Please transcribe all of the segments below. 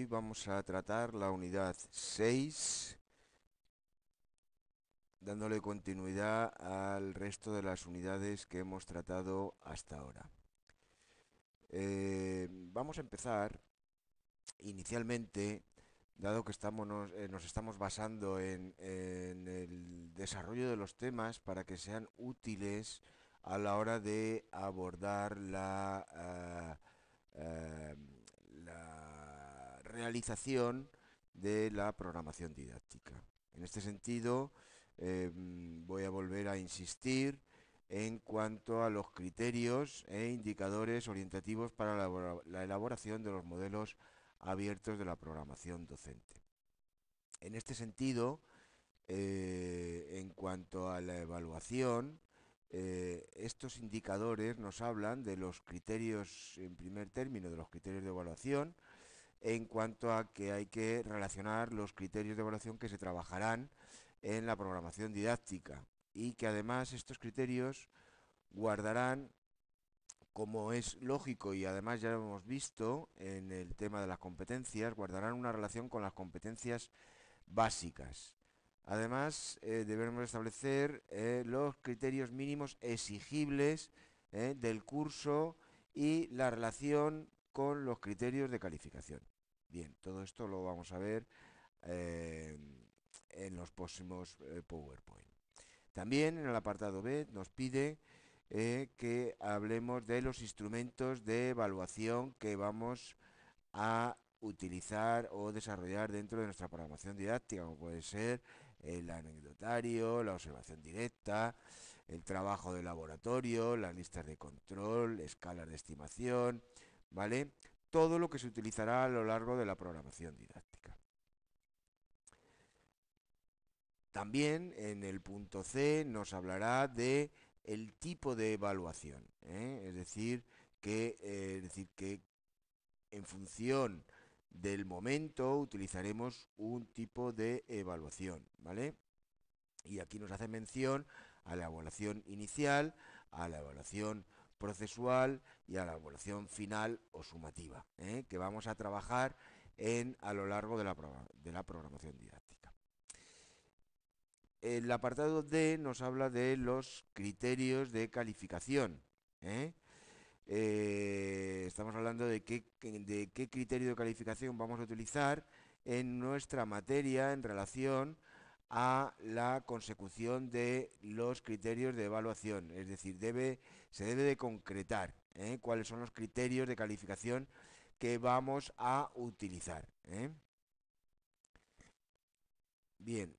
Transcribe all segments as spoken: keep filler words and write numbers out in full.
Hoy vamos a tratar la unidad seis, dándole continuidad al resto de las unidades que hemos tratado hasta ahora. Eh, vamos a empezar inicialmente, dado que estamos, nos, eh, nos estamos basando en, en el desarrollo de los temas para que sean útiles a la hora de abordar la, ah, eh, la realización de la programación didáctica. En este sentido, eh, voy a volver a insistir en cuanto a los criterios e indicadores orientativos para la, la elaboración de los modelos abiertos de la programación docente. En este sentido, eh, en cuanto a la evaluación, eh, estos indicadores nos hablan de los criterios, en primer término, de los criterios de evaluación, en cuanto a que hay que relacionar los criterios de evaluación que se trabajarán en la programación didáctica y que además estos criterios guardarán, como es lógico y además ya lo hemos visto en el tema de las competencias, guardarán una relación con las competencias básicas. Además, eh, debemos establecer eh, los criterios mínimos exigibles eh, del curso y la relación con los criterios de calificación. Bien, todo esto lo vamos a ver eh, en los próximos eh, PowerPoint. También en el apartado B nos pide eh, que hablemos de los instrumentos de evaluación que vamos a utilizar o desarrollar dentro de nuestra programación didáctica, como puede ser el anecdotario, la observación directa, el trabajo de laboratorio, las listas de control, escalas de estimación, ¿vale? Todo lo que se utilizará a lo largo de la programación didáctica. También en el punto C nos hablará de el tipo de evaluación, ¿eh? Es decir, que, eh, es decir, que en función del momento utilizaremos un tipo de evaluación, ¿vale? Y aquí nos hace mención a la evaluación inicial, a la evaluación procesual y a la evaluación final o sumativa, ¿eh? que vamos a trabajar en, a lo largo de la, de la programación didáctica. El apartado D nos habla de los criterios de calificación. ¿eh? Eh, estamos hablando de qué, de qué criterio de calificación vamos a utilizar en nuestra materia en relación a la consecución de los criterios de evaluación. Es decir, debe, se debe de concretar ¿eh? cuáles son los criterios de calificación que vamos a utilizar. ¿eh? Bien.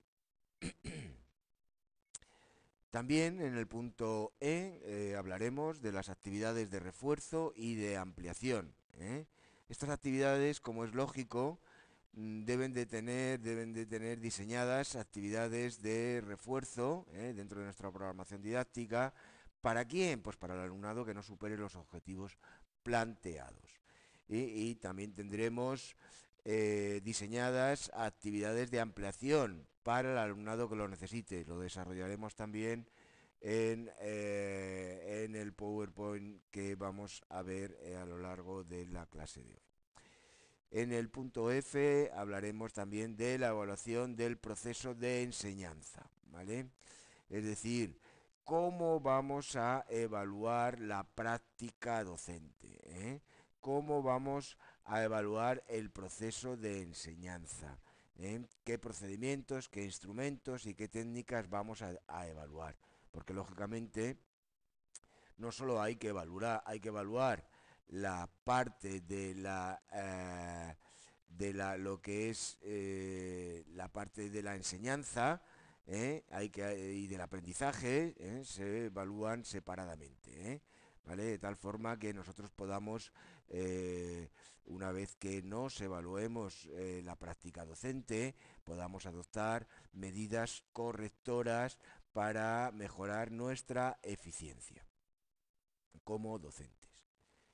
También en el punto E eh, hablaremos de las actividades de refuerzo y de ampliación. ¿eh? Estas actividades, como es lógico, mm, deben de tener, deben de tener diseñadas actividades de refuerzo ¿eh? dentro de nuestra programación didáctica. ¿Para quién? Pues para el alumnado que no supere los objetivos planteados. Y, y también tendremos eh, diseñadas actividades de ampliación para el alumnado que lo necesite. Lo desarrollaremos también en, eh, en el PowerPoint que vamos a ver eh, a lo largo de la clase de hoy. En el punto F hablaremos también de la evaluación del proceso de enseñanza, ¿vale? Es decir, cómo vamos a evaluar la práctica docente, ¿eh? Cómo vamos a evaluar el proceso de enseñanza, ¿eh? Qué procedimientos, qué instrumentos y qué técnicas vamos a, a evaluar. Porque lógicamente no solo hay que evaluar, hay que evaluar la parte de la eh, de la lo que es eh, la parte de la enseñanza ¿eh? hay que y del aprendizaje ¿eh? se evalúan separadamente ¿eh? ¿Vale? De tal forma que nosotros podamos, eh, una vez que nos evaluemos eh, la práctica docente, podamos adoptar medidas correctoras para mejorar nuestra eficiencia como docentes.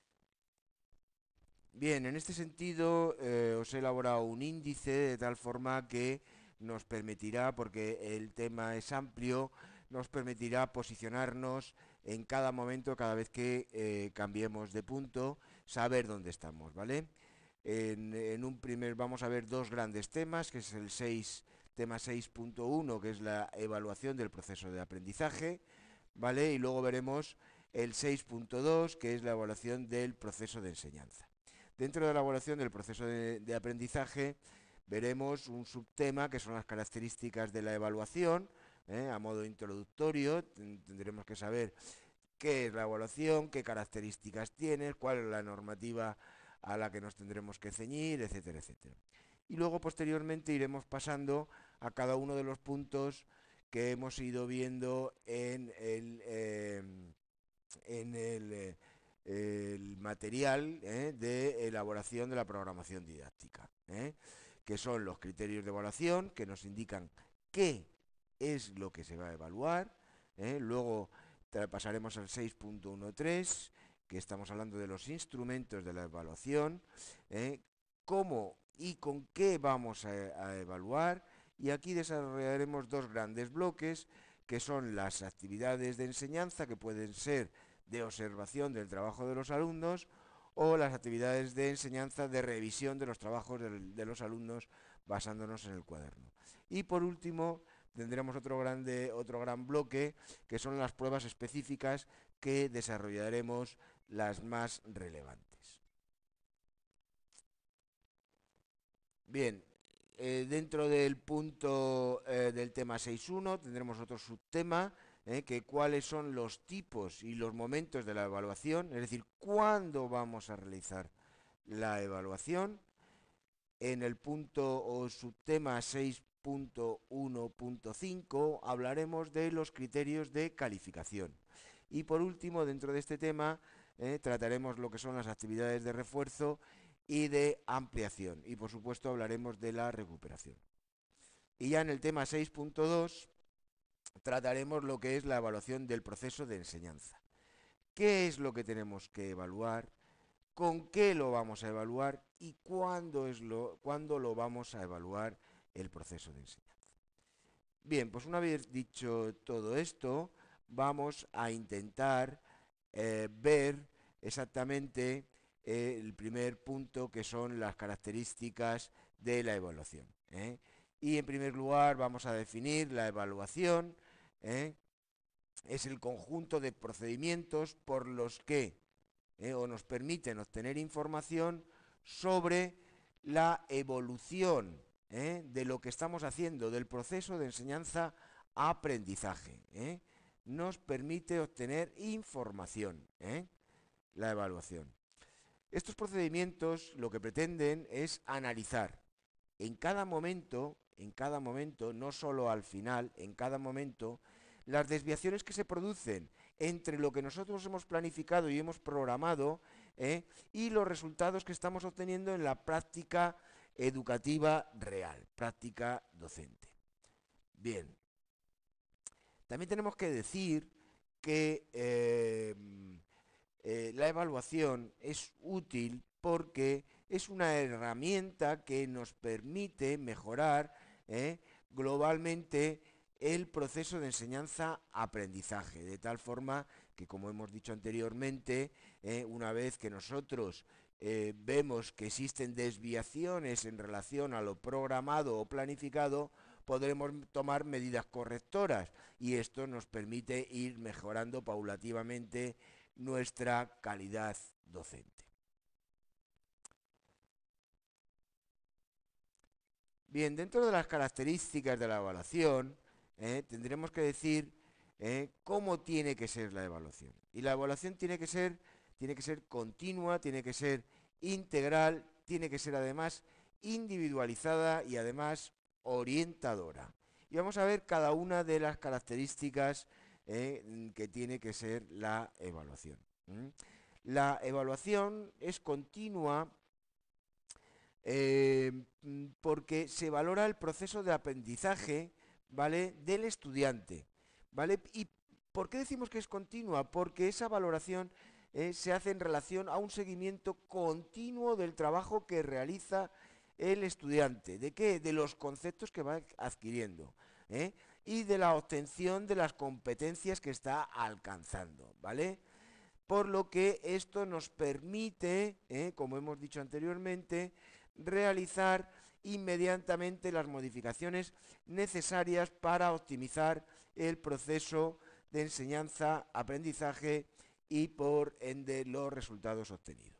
Bien, en este sentido eh, os he elaborado un índice de tal forma que nos permitirá, porque el tema es amplio, nos permitirá posicionarnos en cada momento, cada vez que eh, cambiemos de punto, saber dónde estamos, ¿vale? En, en un primer vamos a ver dos grandes temas, que es el seis, tema seis punto uno, que es la evaluación del proceso de aprendizaje, ¿vale? Y luego veremos el seis punto dos, que es la evaluación del proceso de enseñanza. Dentro de la evaluación del proceso de, de aprendizaje veremos un subtema que son las características de la evaluación, ¿eh? A modo introductorio tendremos que saber qué es la evaluación, qué características tiene, cuál es la normativa a la que nos tendremos que ceñir, etcétera, etcétera. Y luego posteriormente iremos pasando a cada uno de los puntos que hemos ido viendo en el, eh, en el, eh, el material eh, de elaboración de la programación didáctica, ¿eh? Que son los criterios de evaluación que nos indican qué es lo que se va a evaluar, ¿eh? Luego pasaremos al seis punto trece, que estamos hablando de los instrumentos de la evaluación, ¿eh? Cómo y con qué vamos a, a evaluar, y aquí desarrollaremos dos grandes bloques, que son las actividades de enseñanza, que pueden ser de observación del trabajo de los alumnos, o las actividades de enseñanza de revisión de los trabajos de, de los alumnos basándonos en el cuaderno. Y por último, tendremos otro, grande, otro gran bloque, que son las pruebas específicas, que desarrollaremos las más relevantes. Bien, eh, dentro del punto eh, del tema seis punto uno tendremos otro subtema, eh, que cuáles son los tipos y los momentos de la evaluación, es decir, cuándo vamos a realizar la evaluación. En el punto o subtema seis punto uno punto cinco hablaremos de los criterios de calificación. Y por último, dentro de este tema, eh, trataremos lo que son las actividades de refuerzo y de ampliación. Y por supuesto hablaremos de la recuperación. Y ya en el tema seis punto dos trataremos lo que es la evaluación del proceso de enseñanza. ¿Qué es lo que tenemos que evaluar? ¿Con qué lo vamos a evaluar? ¿Y cuándo, es lo, cuándo lo vamos a evaluar el proceso de enseñanza? Bien, pues una vez dicho todo esto, vamos a intentar eh, ver exactamente eh, el primer punto, que son las características de la evaluación, ¿eh? Y en primer lugar vamos a definir la evaluación, ¿eh? Es el conjunto de procedimientos por los que eh, o nos permiten obtener información sobre la evolución eh, de lo que estamos haciendo, del proceso de enseñanza-aprendizaje. Eh. Nos permite obtener información, eh, la evaluación. Estos procedimientos lo que pretenden es analizar en cada momento, en cada momento, no solo al final, en cada momento, las desviaciones que se producen entre lo que nosotros hemos planificado y hemos programado, ¿eh? y los resultados que estamos obteniendo en la práctica educativa real, práctica docente. Bien, también tenemos que decir que eh, eh, la evaluación es útil porque es una herramienta que nos permite mejorar eh, globalmente el proceso de enseñanza-aprendizaje, de tal forma que, como hemos dicho anteriormente, eh, una vez que nosotros eh, vemos que existen desviaciones en relación a lo programado o planificado, podremos tomar medidas correctoras, y esto nos permite ir mejorando paulativamente nuestra calidad docente. Bien, dentro de las características de la evaluación, eh, tendremos que decir eh, cómo tiene que ser la evaluación. Y la evaluación tiene que ser, tiene que ser continua, tiene que ser integral, tiene que ser además individualizada y además orientadora. Y vamos a ver cada una de las características eh, que tiene que ser la evaluación. ¿Mm? La evaluación es continua eh, porque se valora el proceso de aprendizaje, ¿vale?, del estudiante, ¿vale? ¿Y por qué decimos que es continua? Porque esa valoración eh, se hace en relación a un seguimiento continuo del trabajo que realiza el estudiante. ¿De qué? De los conceptos que va adquiriendo, ¿eh? y de la obtención de las competencias que está alcanzando, ¿vale? por lo que esto nos permite, eh, como hemos dicho anteriormente, realizar inmediatamente las modificaciones necesarias para optimizar el proceso de enseñanza-aprendizaje y por ende los resultados obtenidos.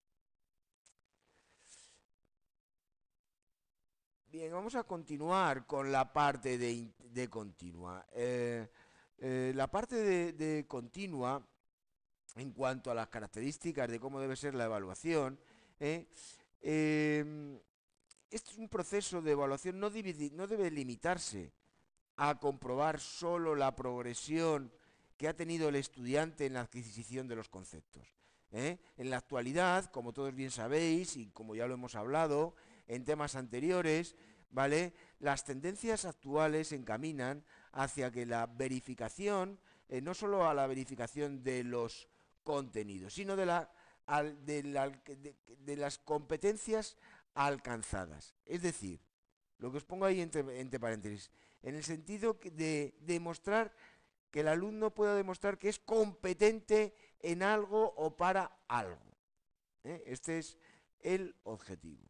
Bien, vamos a continuar con la parte de, de continua. Eh, eh, la parte de, de continua, en cuanto a las características de cómo debe ser la evaluación, eh, eh, este es un proceso de evaluación, no debe, no debe limitarse a comprobar solo la progresión que ha tenido el estudiante en la adquisición de los conceptos. ¿eh? En la actualidad, como todos bien sabéis y como ya lo hemos hablado en temas anteriores, ¿vale? Las tendencias actuales encaminan hacia que la verificación, eh, no solo a la verificación de los contenidos, sino de, la, al, de, la, de, de las competencias alcanzadas. Es decir, lo que os pongo ahí entre, entre paréntesis, en el sentido de demostrar que el alumno pueda demostrar que es competente en algo o para algo. ¿eh? Este es el objetivo.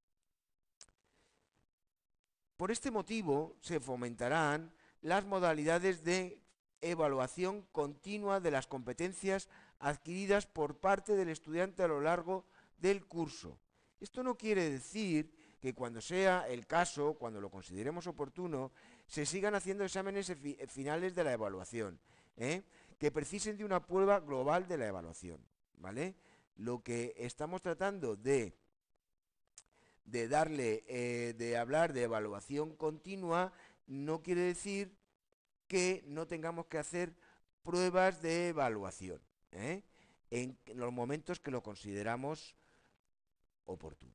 Por este motivo se fomentarán las modalidades de evaluación continua de las competencias adquiridas por parte del estudiante a lo largo del curso. Esto no quiere decir que cuando sea el caso, cuando lo consideremos oportuno, se sigan haciendo exámenes finales de la evaluación, ¿eh? que precisen de una prueba global de la evaluación, ¿vale? Lo que estamos tratando de, de darle, eh, de hablar de evaluación continua, no quiere decir que no tengamos que hacer pruebas de evaluación, ¿eh? en los momentos que lo consideramos oportuno.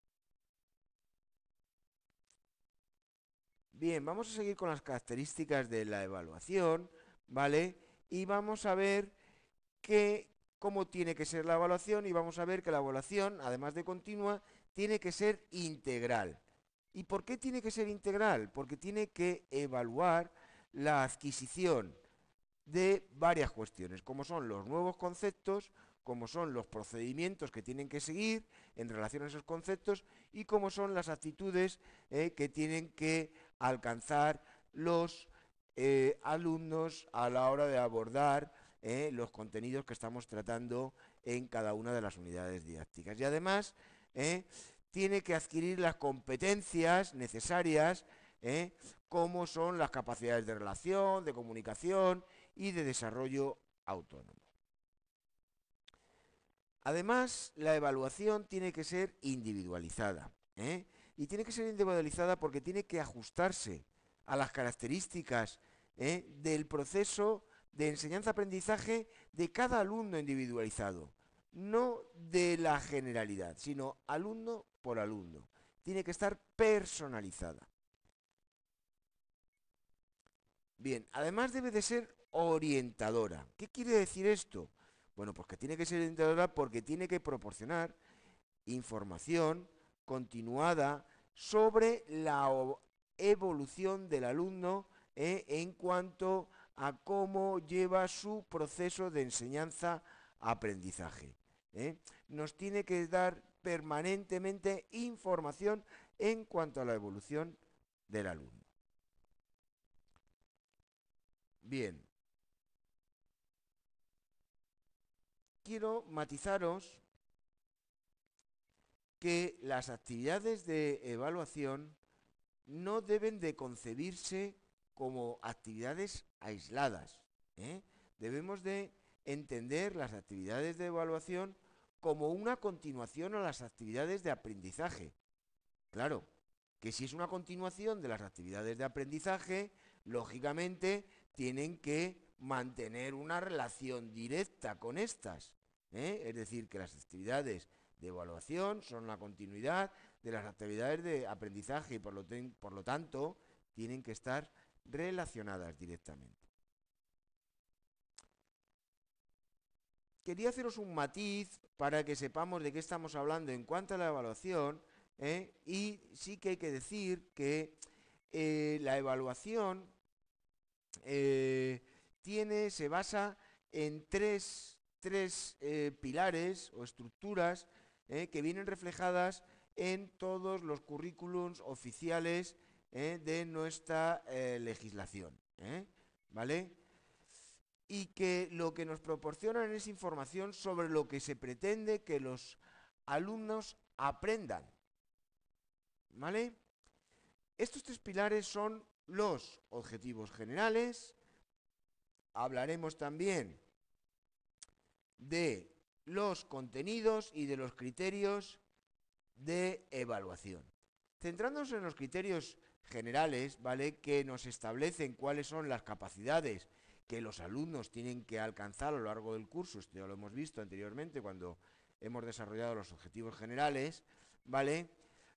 Bien, vamos a seguir con las características de la evaluación, ¿vale? Y vamos a ver que, cómo tiene que ser la evaluación y vamos a ver que la evaluación, además de continua, tiene que ser integral. ¿Y por qué tiene que ser integral? Porque tiene que evaluar la adquisición de varias cuestiones, como son los nuevos conceptos, como son los procedimientos que tienen que seguir en relación a esos conceptos y cómo son las actitudes eh, que tienen que alcanzar los eh, alumnos a la hora de abordar eh, los contenidos que estamos tratando en cada una de las unidades didácticas. Y además, eh, tiene que adquirir las competencias necesarias, eh, como son las capacidades de relación, de comunicación y de desarrollo autónomo. Además, la evaluación tiene que ser individualizada, ¿eh? y tiene que ser individualizada porque tiene que ajustarse a las características ¿eh? del proceso de enseñanza-aprendizaje de cada alumno individualizado, no de la generalidad, sino alumno por alumno. Tiene que estar personalizada. Bien, además debe de ser orientadora. ¿Qué quiere decir esto? Bueno, pues que tiene que ser orientadora porque tiene que proporcionar información continuada sobre la evolución del alumno eh, en cuanto a cómo lleva su proceso de enseñanza-aprendizaje. ¿eh? Nos tiene que dar permanentemente información en cuanto a la evolución del alumno. Bien. Quiero matizaros que las actividades de evaluación no deben de concebirse como actividades aisladas. ¿eh? Debemos de entender las actividades de evaluación como una continuación a las actividades de aprendizaje. Claro, que si es una continuación de las actividades de aprendizaje, lógicamente tienen que mantener una relación directa con estas. ¿eh? Es decir, que las actividades de evaluación son la continuidad de las actividades de aprendizaje y por lo, por lo tanto tienen que estar relacionadas directamente. Quería haceros un matiz para que sepamos de qué estamos hablando en cuanto a la evaluación, ¿eh? y sí que hay que decir que eh, la evaluación eh, tiene, se basa en tres tres eh, pilares o estructuras eh, que vienen reflejadas en todos los currículums oficiales eh, de nuestra eh, legislación, ¿eh? ¿Vale? Y que lo que nos proporcionan es información sobre lo que se pretende que los alumnos aprendan, ¿vale? Estos tres pilares son los objetivos generales. Hablaremos también de los contenidos y de los criterios de evaluación. Centrándonos en los criterios generales, ¿vale?, que nos establecen cuáles son las capacidades que los alumnos tienen que alcanzar a lo largo del curso. Esto ya lo hemos visto anteriormente cuando hemos desarrollado los objetivos generales, ¿vale?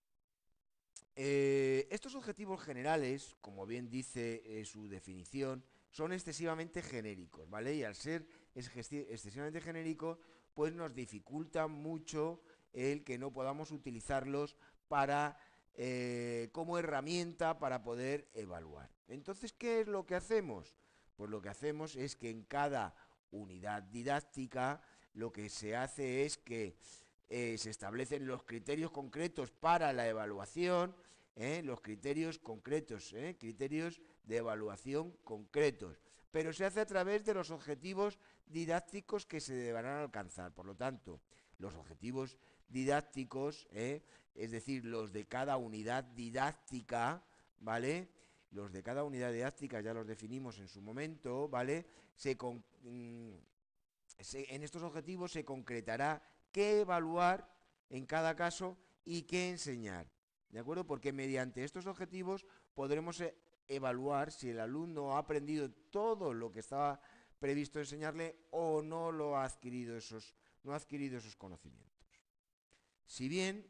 Eh, estos objetivos generales, como bien dice eh, su definición, son excesivamente genéricos, ¿vale? Y al ser excesivamente genéricos, pues nos dificulta mucho el que no podamos utilizarlos para eh, como herramienta para poder evaluar. Entonces, ¿qué es lo que hacemos? Pues lo que hacemos es que en cada unidad didáctica lo que se hace es que eh, se establecen los criterios concretos para la evaluación, ¿eh? Los criterios concretos, ¿eh? criterios de evaluación concretos, pero se hace a través de los objetivos didácticos que se deberán alcanzar. Por lo tanto, los objetivos didácticos, ¿eh? es decir, los de cada unidad didáctica, ¿vale? Los de cada unidad didáctica ya los definimos en su momento, ¿vale? Se con, mmm, se, en estos objetivos se concretará qué evaluar en cada caso y qué enseñar, ¿de acuerdo? Porque mediante estos objetivos podremos e evaluar si el alumno ha aprendido todo lo que estaba previsto enseñarle o no lo ha adquirido esos, no ha adquirido esos conocimientos. Si bien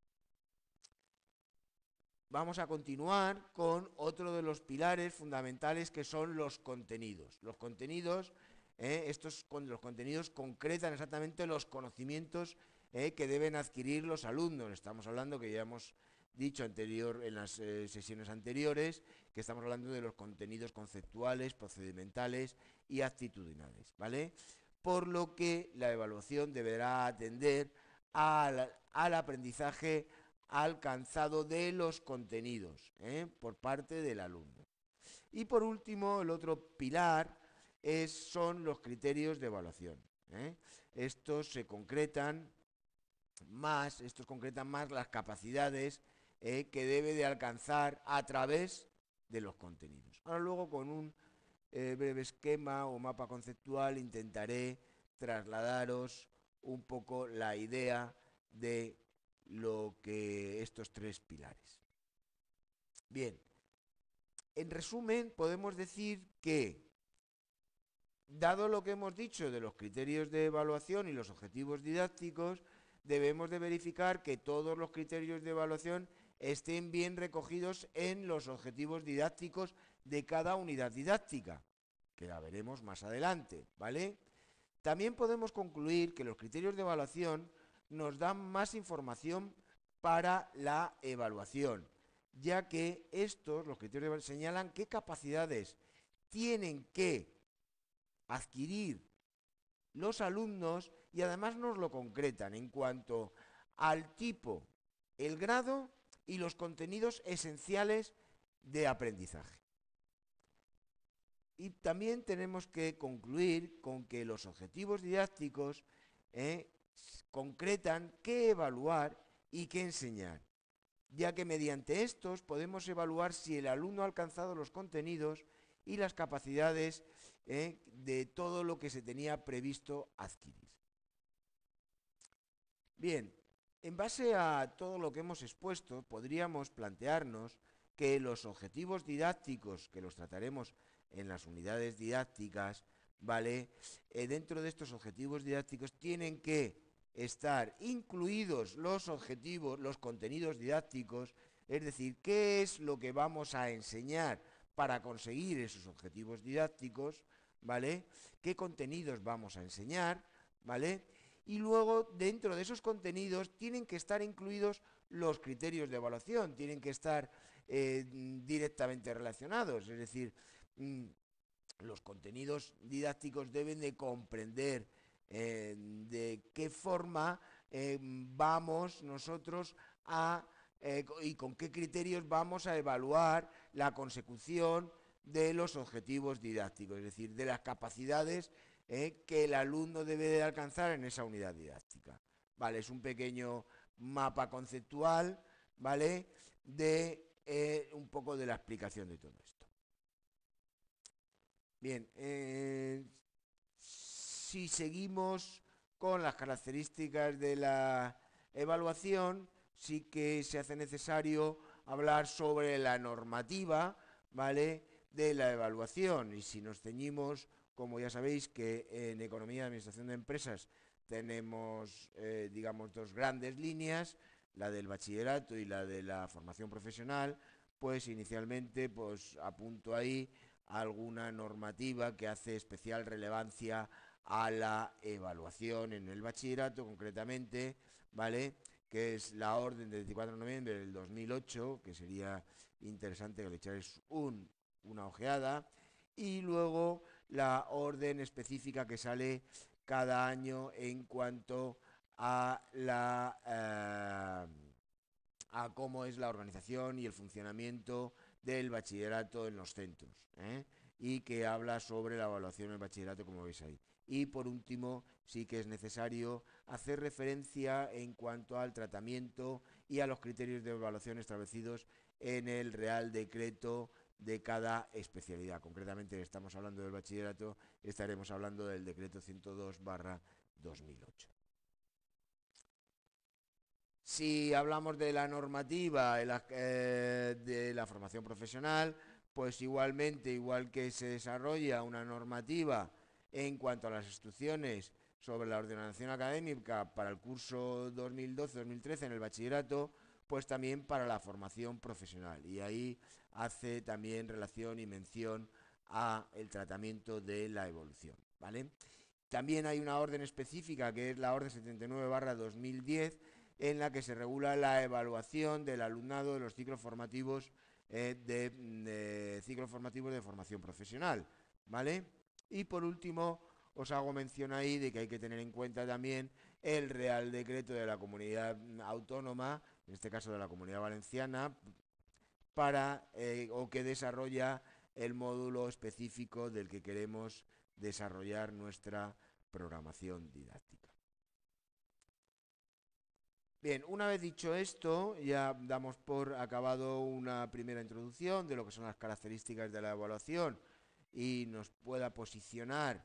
vamos a continuar con otro de los pilares fundamentales que son los contenidos. Los contenidos, eh, estos con los contenidos concretan exactamente los conocimientos eh, que deben adquirir los alumnos. Estamos hablando, que ya hemos dicho anterior en las eh, sesiones anteriores, que estamos hablando de los contenidos conceptuales, procedimentales y actitudinales, ¿vale? Por lo que la evaluación deberá atender al, al aprendizaje alcanzado de los contenidos ¿eh? por parte del alumno. Y por último, el otro pilar es, son los criterios de evaluación. ¿eh? Estos se concretan más, estos concretan más las capacidades eh, que debe de alcanzar a través de los contenidos. Ahora luego con un eh, breve esquema o mapa conceptual intentaré trasladaros un poco la idea de lo que estos tres pilares. Bien, en resumen podemos decir que, dado lo que hemos dicho de los criterios de evaluación y los objetivos didácticos, debemos de verificar que todos los criterios de evaluación estén bien recogidos en los objetivos didácticos de cada unidad didáctica, que la veremos más adelante, ¿vale? También podemos concluir que los criterios de evaluación nos dan más información para la evaluación, ya que estos, los criterios de evaluación, señalan qué capacidades tienen que adquirir los alumnos y además nos lo concretan en cuanto al tipo, el grado y los contenidos esenciales de aprendizaje. Y también tenemos que concluir con que los objetivos didácticos eh, concretan qué evaluar y qué enseñar, ya que mediante estos podemos evaluar si el alumno ha alcanzado los contenidos y las capacidades eh, de todo lo que se tenía previsto adquirir. Bien, en base a todo lo que hemos expuesto, podríamos plantearnos que los objetivos didácticos, que los trataremos en las unidades didácticas, ¿vale? Eh, dentro de estos objetivos didácticos tienen que estar incluidos los objetivos, los contenidos didácticos, es decir, qué es lo que vamos a enseñar para conseguir esos objetivos didácticos, ¿vale? ¿Qué contenidos vamos a enseñar, ¿vale? Y luego, dentro de esos contenidos, tienen que estar incluidos los criterios de evaluación, tienen que estar eh, directamente relacionados, es decir, mmm, los contenidos didácticos deben de comprender eh, de qué forma eh, vamos nosotros a, eh, y con qué criterios vamos a evaluar la consecución de los objetivos didácticos, es decir, de las capacidades eh, que el alumno debe de alcanzar en esa unidad didáctica. Vale, es un pequeño mapa conceptual, ¿vale? De eh, un poco de la explicación de todo esto. Bien, eh, si seguimos con las características de la evaluación, sí que se hace necesario hablar sobre la normativa, ¿vale?, de la evaluación. Y si nos ceñimos, como ya sabéis, que en Economía y Administración de Empresas tenemos, eh, digamos, dos grandes líneas, la del bachillerato y la de la formación profesional, pues inicialmente pues apunto ahí alguna normativa que hace especial relevancia a la evaluación en el bachillerato, concretamente, ¿vale?, que es la orden del veinticuatro de noviembre del dos mil ocho, que sería interesante que le echáis un, una ojeada, y luego la orden específica que sale cada año en cuanto a la eh, a cómo es la organización y el funcionamiento del bachillerato en los centros, ¿eh? Y que habla sobre la evaluación del bachillerato, como veis ahí. Y por último, sí que es necesario hacer referencia en cuanto al tratamiento y a los criterios de evaluación establecidos en el Real Decreto de cada especialidad. Concretamente estamos hablando del bachillerato, estaremos hablando del Decreto ciento dos barra dos mil ocho. Si hablamos de la normativa de la, eh, de la formación profesional, pues igualmente, igual que se desarrolla una normativa en cuanto a las instrucciones sobre la ordenación académica para el curso dos mil doce dos mil trece en el bachillerato, pues también para la formación profesional. Y ahí hace también relación y mención a el tratamiento de la evolución, ¿vale? También hay una orden específica que es la orden setenta y nueve barra dos mil diez, en la que se regula la evaluación del alumnado de los ciclos formativos eh, de, de ciclos formativos de formación profesional, ¿vale? Y por último, os hago mención ahí de que hay que tener en cuenta también el Real Decreto de la Comunidad Autónoma, en este caso de la Comunidad Valenciana, para eh, o que desarrolla el módulo específico del que queremos desarrollar nuestra programación didáctica. Bien, una vez dicho esto, ya damos por acabado una primera introducción de lo que son las características de la evaluación y nos pueda posicionar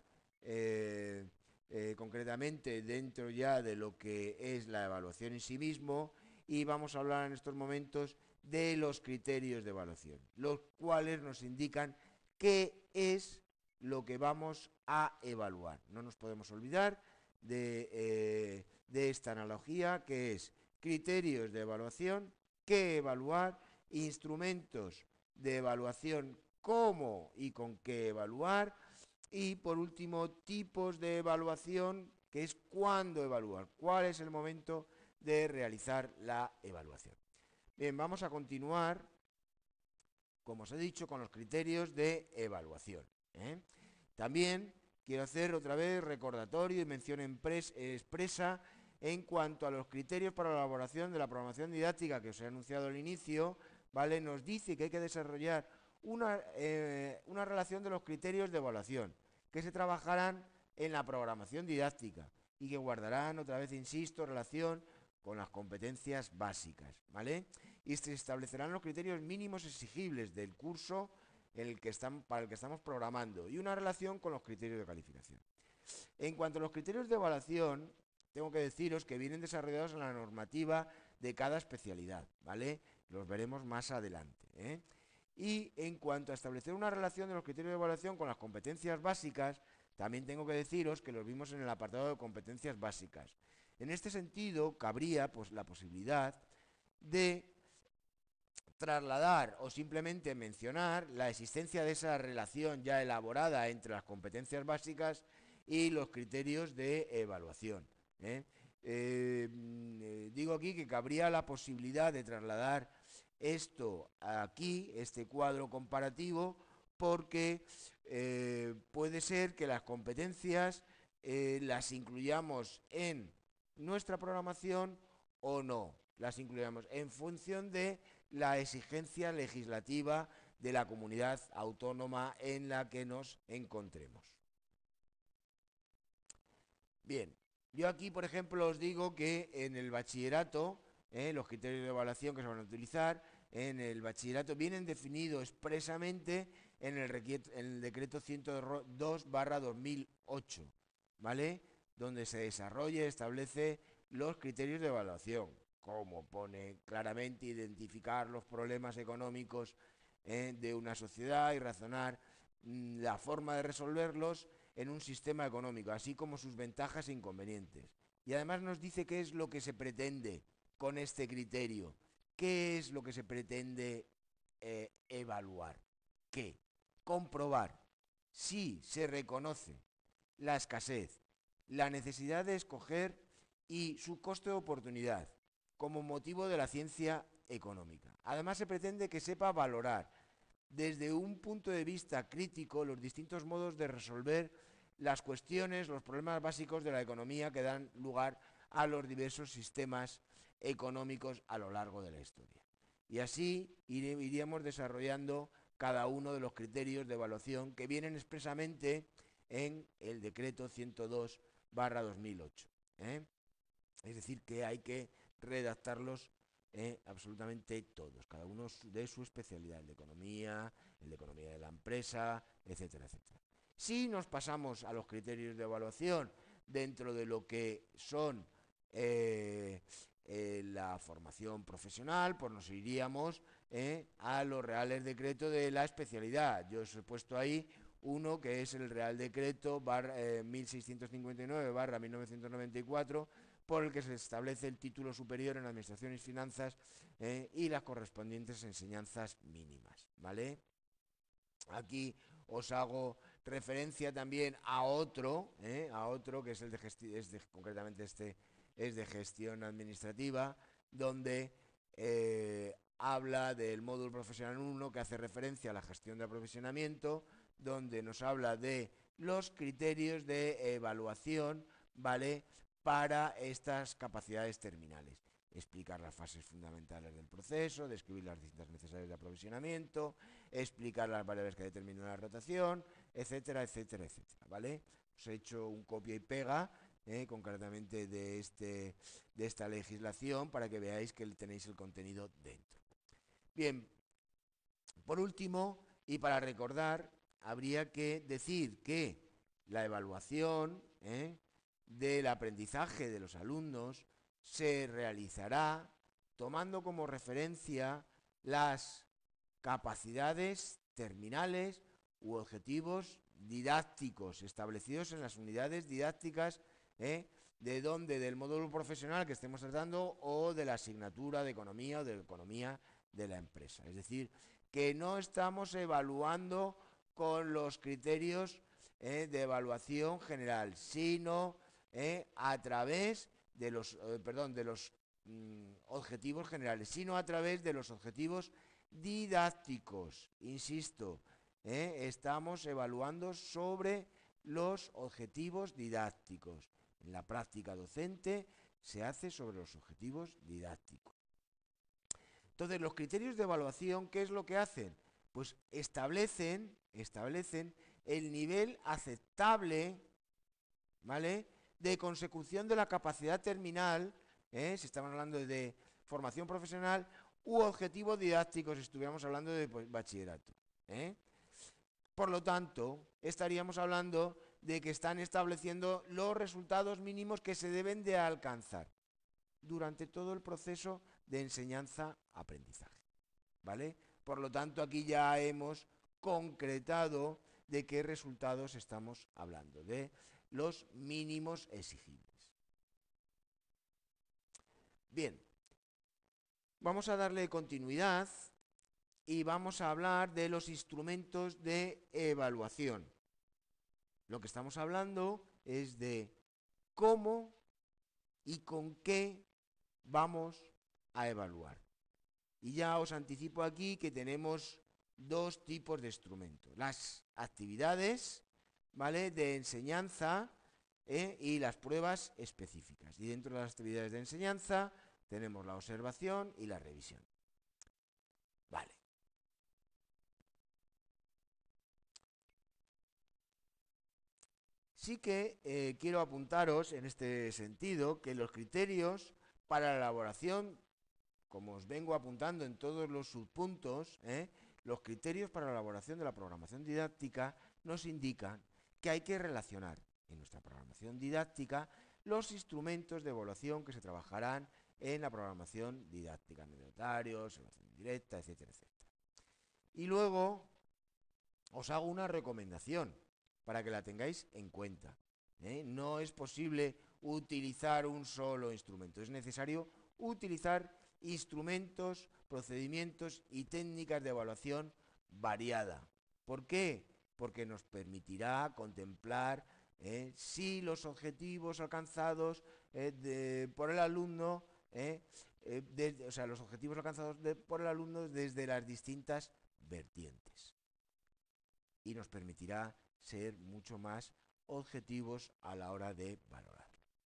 eh, eh, concretamente dentro ya de lo que es la evaluación en sí mismo, y vamos a hablar en estos momentos de los criterios de evaluación, los cuales nos indican qué es lo que vamos a evaluar. No nos podemos olvidar de, eh, de esta analogía, que es criterios de evaluación, qué evaluar, instrumentos de evaluación, cómo y con qué evaluar, y por último, tipos de evaluación, que es cuándo evaluar, cuál es el momento de realizar la evaluación. Bien, vamos a continuar, como os he dicho, con los criterios de evaluación, ¿eh? También quiero hacer otra vez recordatorio y mención expresa en cuanto a los criterios para la elaboración de la programación didáctica que os he anunciado al inicio, ¿vale? Nos dice que hay que desarrollar una, eh, una relación de los criterios de evaluación que se trabajarán en la programación didáctica y que guardarán, otra vez insisto, relación con las competencias básicas, ¿vale? Y se establecerán los criterios mínimos exigibles del curso en el que están, para el que estamos programando, y una relación con los criterios de calificación. En cuanto a los criterios de evaluación, tengo que deciros que vienen desarrollados en la normativa de cada especialidad, ¿vale? Los veremos más adelante, ¿eh? Y en cuanto a establecer una relación de los criterios de evaluación con las competencias básicas, también tengo que deciros que los vimos en el apartado de competencias básicas. En este sentido, cabría pues, la posibilidad de trasladar o simplemente mencionar la existencia de esa relación ya elaborada entre las competencias básicas y los criterios de evaluación, ¿eh? Eh, digo aquí que cabría la posibilidad de trasladar esto aquí, este cuadro comparativo, porque eh, puede ser que las competencias eh, las incluyamos en nuestra programación o no las incluyamos en función de la exigencia legislativa de la comunidad autónoma en la que nos encontremos. Bien, yo aquí, por ejemplo, os digo que en el bachillerato, eh, los criterios de evaluación que se van a utilizar en el bachillerato vienen definidos expresamente en el, en el decreto ciento dos barra dos mil ocho, ¿vale? Donde se desarrolla y establece los criterios de evaluación, como pone claramente identificar los problemas económicos eh, de una sociedad y razonar mmm, la forma de resolverlos en un sistema económico, así como sus ventajas e inconvenientes. Y además nos dice qué es lo que se pretende con este criterio, qué es lo que se pretende eh, evaluar, qué, comprobar si se reconoce la escasez, la necesidad de escoger y su coste de oportunidad como motivo de la ciencia económica. Además se pretende que sepa valorar desde un punto de vista crítico los distintos modos de resolver las cuestiones, los problemas básicos de la economía que dan lugar a los diversos sistemas económicos a lo largo de la historia. Y así iríamos desarrollando cada uno de los criterios de evaluación que vienen expresamente en el decreto ciento dos barra dos mil ocho. ¿eh? Es decir, que hay que redactarlos eh, absolutamente todos, cada uno de su especialidad, el de economía, el de economía de la empresa, etcétera, etcétera. Si nos pasamos a los criterios de evaluación dentro de lo que son eh, eh, la formación profesional, pues nos iríamos eh, a los reales decretos de la especialidad. Yo os he puesto ahí uno que es el Real Decreto barra, eh, mil seiscientos cincuenta y nueve barra mil novecientos noventa y cuatro, por el que se establece el título superior en Administración y Finanzas eh, y las correspondientes enseñanzas mínimas, ¿vale? Aquí os hago referencia también a otro, ¿eh? a otro que es el de gestión, es de, concretamente este es de gestión administrativa, donde eh, habla del módulo profesional uno que hace referencia a la gestión de aprovisionamiento, donde nos habla de los criterios de evaluación, ¿vale?, para estas capacidades terminales. Explicar las fases fundamentales del proceso, describir las distintas necesarias de aprovisionamiento, explicar las variables que determinan la rotación, etcétera, etcétera, etcétera, ¿vale? Os he hecho un copia y pega, eh, concretamente de, este, de esta legislación, para que veáis que tenéis el contenido dentro. Bien, por último, y para recordar, habría que decir que la evaluación ¿eh? del aprendizaje de los alumnos se realizará tomando como referencia las capacidades terminales u objetivos didácticos establecidos en las unidades didácticas ¿eh? de donde del módulo profesional que estemos tratando o de la asignatura de economía o de economía de la empresa. Es decir, que no estamos evaluando con los criterios eh, de evaluación general, sino eh, a través de los, eh, perdón, de los mm, objetivos generales, sino a través de los objetivos didácticos. Insisto, eh, estamos evaluando sobre los objetivos didácticos. En la práctica docente se hace sobre los objetivos didácticos. Entonces, los criterios de evaluación, ¿qué es lo que hacen? Pues establecen, establecen el nivel aceptable, ¿vale?, de consecución de la capacidad terminal, ¿eh? si estamos hablando de formación profesional, u objetivos didácticos, si estuviéramos hablando de pues, bachillerato. ¿eh? Por lo tanto, estaríamos hablando de que están estableciendo los resultados mínimos que se deben de alcanzar durante todo el proceso de enseñanza-aprendizaje, ¿vale? Por lo tanto, aquí ya hemos concretado de qué resultados estamos hablando, de los mínimos exigibles. Bien, vamos a darle continuidad y vamos a hablar de los instrumentos de evaluación. Lo que estamos hablando es de cómo y con qué vamos a evaluar. Y ya os anticipo aquí que tenemos dos tipos de instrumentos. Las actividades, ¿vale?, de enseñanza, ¿eh? Y las pruebas específicas. Y dentro de las actividades de enseñanza tenemos la observación y la revisión. Vale. Sí que eh, quiero apuntaros en este sentido que los criterios para la elaboración, como os vengo apuntando en todos los subpuntos, ¿eh? los criterios para la elaboración de la programación didáctica nos indican que hay que relacionar en nuestra programación didáctica los instrumentos de evaluación que se trabajarán en la programación didáctica, mediatarios, evaluación directa, etcétera, etcétera. Y luego os hago una recomendación para que la tengáis en cuenta. ¿eh? No es posible utilizar un solo instrumento, es necesario utilizar instrumentos, procedimientos y técnicas de evaluación variada. ¿Por qué? Porque nos permitirá contemplar ¿eh? si los objetivos alcanzados eh, de, por el alumno, eh, eh, desde, o sea, los objetivos alcanzados de, por el alumno desde las distintas vertientes. Y nos permitirá ser mucho más objetivos a la hora de valorar.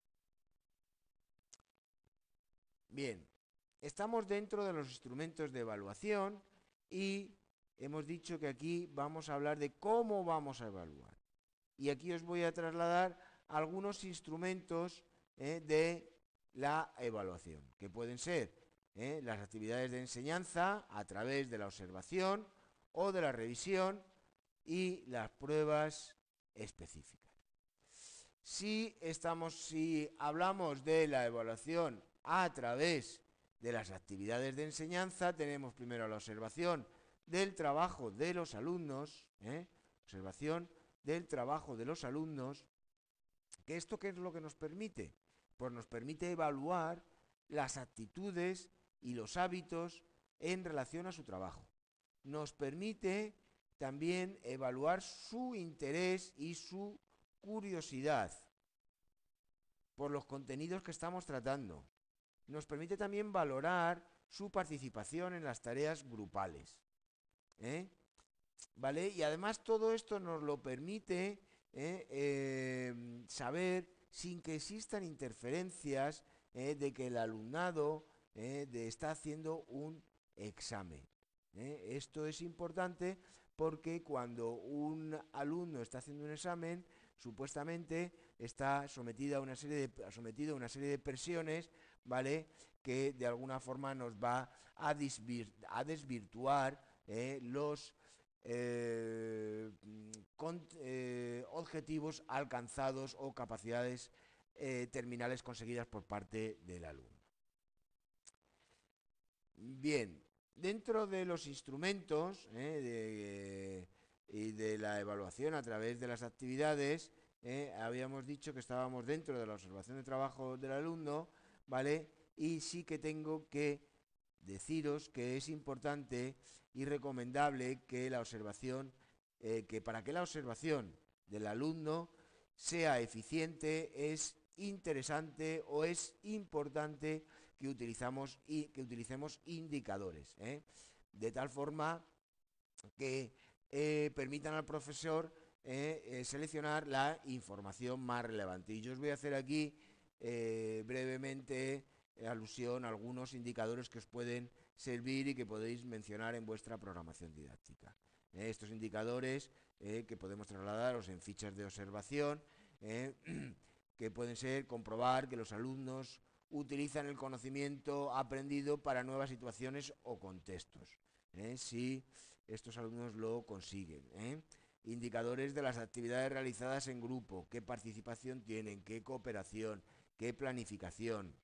Bien, estamos dentro de los instrumentos de evaluación y hemos dicho que aquí vamos a hablar de cómo vamos a evaluar. Y aquí os voy a trasladar algunos instrumentos eh, de la evaluación, que pueden ser eh, las actividades de enseñanza a través de la observación o de la revisión y las pruebas específicas. Si estamos, si hablamos de la evaluación a través de las actividades de enseñanza, tenemos primero la observación del trabajo de los alumnos, ¿eh? observación del trabajo de los alumnos, que esto ¿qué es lo que nos permite? Pues nos permite evaluar las actitudes y los hábitos en relación a su trabajo. Nos permite también evaluar su interés y su curiosidad por los contenidos que estamos tratando. Nos permite también valorar su participación en las tareas grupales. ¿eh? ¿Vale? Y además todo esto nos lo permite ¿eh? Eh, saber sin que existan interferencias ¿eh? de que el alumnado ¿eh? de, está haciendo un examen. ¿eh? Esto es importante porque cuando un alumno está haciendo un examen, supuestamente está sometido a una serie de, sometido a una serie de presiones, ¿vale? Que de alguna forma nos va a, desvir, a desvirtuar ¿eh? los eh, con, eh, objetivos alcanzados o capacidades eh, terminales conseguidas por parte del alumno. Bien, dentro de los instrumentos ¿eh? de, y de la evaluación a través de las actividades, ¿eh? habíamos dicho que estábamos dentro de la observación de trabajo del alumno, ¿vale? Y sí que tengo que deciros que es importante y recomendable que la observación, eh, que para que la observación del alumno sea eficiente, es interesante o es importante que, utilizamos y, que utilicemos indicadores, ¿eh? de tal forma que eh, permitan al profesor eh, eh, seleccionar la información más relevante. Y yo os voy a hacer aquí eh, brevemente eh, alusión a algunos indicadores que os pueden servir y que podéis mencionar en vuestra programación didáctica. Eh, estos indicadores eh, que podemos trasladaros en fichas de observación, eh, que pueden ser comprobar que los alumnos utilizan el conocimiento aprendido para nuevas situaciones o contextos. ¿eh? Si estos alumnos lo consiguen. ¿eh? Indicadores de las actividades realizadas en grupo, qué participación tienen, qué cooperación, qué planificación.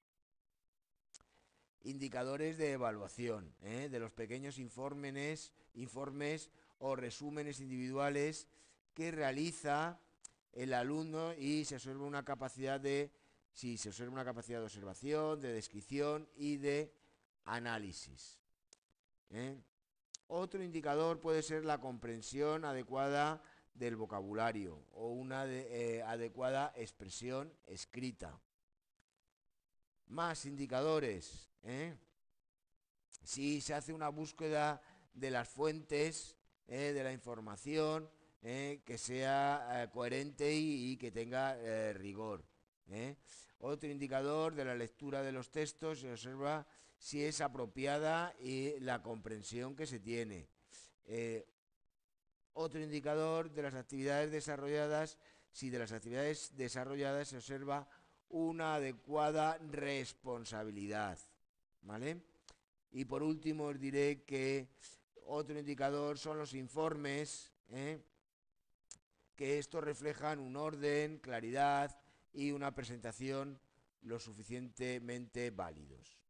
Indicadores de evaluación, ¿eh? de los pequeños informes, informes o resúmenes individuales que realiza el alumno y se observa una capacidad de, sí, se observa una capacidad de observación, de descripción y de análisis. ¿eh? Otro indicador puede ser la comprensión adecuada del vocabulario o una de, eh, adecuada expresión escrita. Más indicadores. ¿eh? Si se hace una búsqueda de las fuentes eh, de la información eh, que sea eh, coherente y, y que tenga eh, rigor. ¿eh? Otro indicador de la lectura de los textos se observa si es apropiada y la comprensión que se tiene. Eh, Otro indicador de las actividades desarrolladas, si de las actividades desarrolladas se observa una adecuada responsabilidad. ¿Vale? Y por último os diré que otro indicador son los informes, ¿eh? que estos reflejan un orden, claridad y una presentación lo suficientemente válidos.